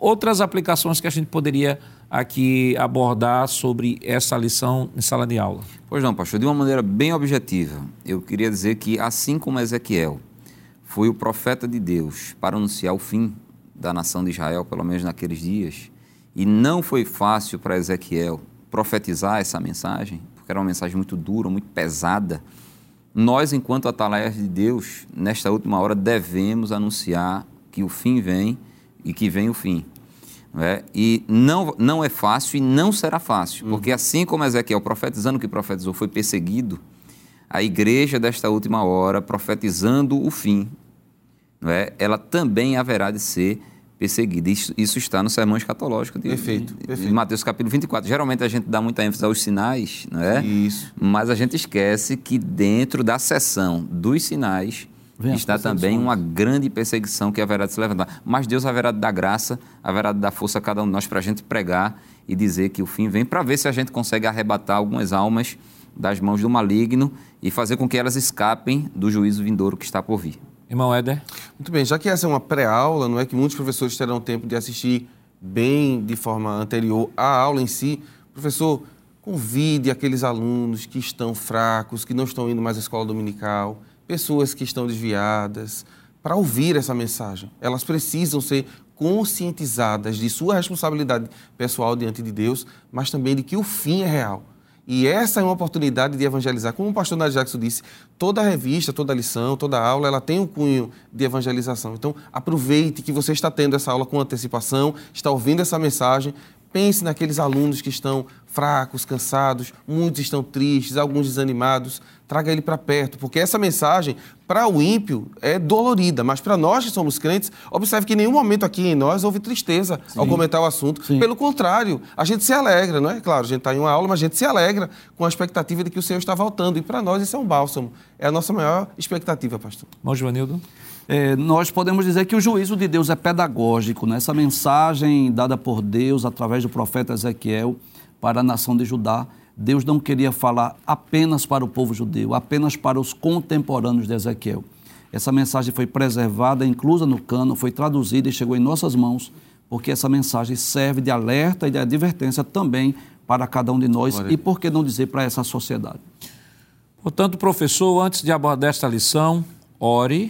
outras aplicações que a gente poderia aqui abordar sobre essa lição em sala de aula? Pois não, pastor, de uma maneira bem objetiva, eu queria dizer que assim como Ezequiel foi o profeta de Deus para anunciar o fim da nação de Israel, pelo menos naqueles dias, e não foi fácil para Ezequiel profetizar essa mensagem, porque era uma mensagem muito dura, muito pesada, nós, enquanto atalaias de Deus, nesta última hora, devemos anunciar que o fim vem e que vem o fim. Não é? E não, não é fácil e não será fácil, uhum. porque assim como Ezequiel, profetizando o que profetizou, foi perseguido, a igreja desta última hora, profetizando o fim, não é? Ela também haverá de ser perseguida. Isso, isso está no sermão escatológico de, perfeito, de, perfeito. de Mateus capítulo vinte e quatro. Geralmente a gente dá muita ênfase aos sinais, não é? Isso. Mas a gente esquece que dentro da seção dos sinais Vem está também uma grande perseguição que haverá de se levantar. Mas Deus haverá de dar graça, haverá de dar força a cada um de nós para a gente pregar e dizer que o fim vem, para ver se a gente consegue arrebatar algumas almas das mãos do maligno e fazer com que elas escapem do juízo vindouro que está por vir. Irmão Éder? Muito bem, já que essa é uma pré-aula, não é que muitos professores terão tempo de assistir bem de forma anterior à aula em si, professor, convide aqueles alunos que estão fracos, que não estão indo mais à escola dominical, pessoas que estão desviadas, para ouvir essa mensagem. Elas precisam ser conscientizadas de sua responsabilidade pessoal diante de Deus, mas também de que o fim é real. E essa é uma oportunidade de evangelizar. Como o pastor Nadir Jackson disse, toda revista, toda lição, toda aula, ela tem um cunho de evangelização. Então, aproveite que você está tendo essa aula com antecipação, está ouvindo essa mensagem, pense naqueles alunos que estão fracos, cansados, muitos estão tristes, alguns desanimados, traga ele para perto, porque essa mensagem, para o ímpio, é dolorida, mas para nós que somos crentes, observe que em nenhum momento aqui em nós houve tristeza Sim. ao comentar o assunto. Sim. Pelo contrário, a gente se alegra, não é? Claro, a gente está em uma aula, mas a gente se alegra com a expectativa de que o Senhor está voltando, e para nós isso é um bálsamo, é a nossa maior expectativa, pastor. Bom, Joanildo? É, nós podemos dizer que o juízo de Deus é pedagógico, né? Essa mensagem dada por Deus através do profeta Ezequiel para a nação de Judá, Deus não queria falar apenas para o povo judeu, apenas para os contemporâneos de Ezequiel. Essa mensagem foi preservada, inclusa no cânon, foi traduzida e chegou em nossas mãos, porque essa mensagem serve de alerta e de advertência também para cada um de nós e, por que não dizer, para essa sociedade. Portanto, professor, antes de abordar esta lição, ore,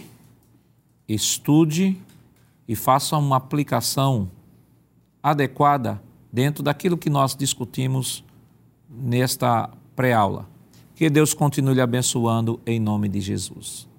estude e faça uma aplicação adequada dentro daquilo que nós discutimos nesta pré-aula. Que Deus continue lhe abençoando em nome de Jesus.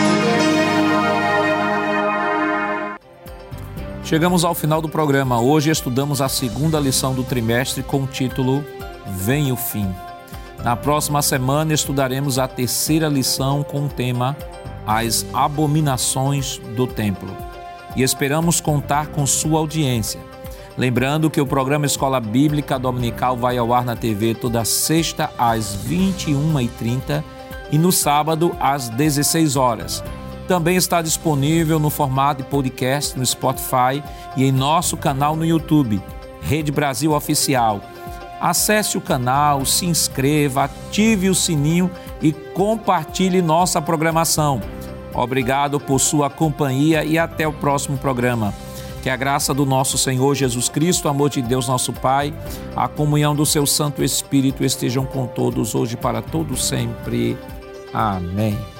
Chegamos ao final do programa. Hoje estudamos a segunda lição do trimestre com o título Vem o Fim. Na próxima semana estudaremos a terceira lição com o tema As Abominações do Templo. E esperamos contar com sua audiência. Lembrando que o programa Escola Bíblica Dominical vai ao ar na T V toda sexta às vinte e uma e trinta e no sábado às dezesseis horas. Também está disponível no formato de podcast no Spotify e em nosso canal no YouTube, Rede Brasil Oficial. Acesse o canal, se inscreva, ative o sininho e compartilhe nossa programação. Obrigado por sua companhia e até o próximo programa. Que a graça do nosso Senhor Jesus Cristo, o amor de Deus nosso Pai, a comunhão do seu Santo Espírito estejam com todos hoje para todo sempre. Amém.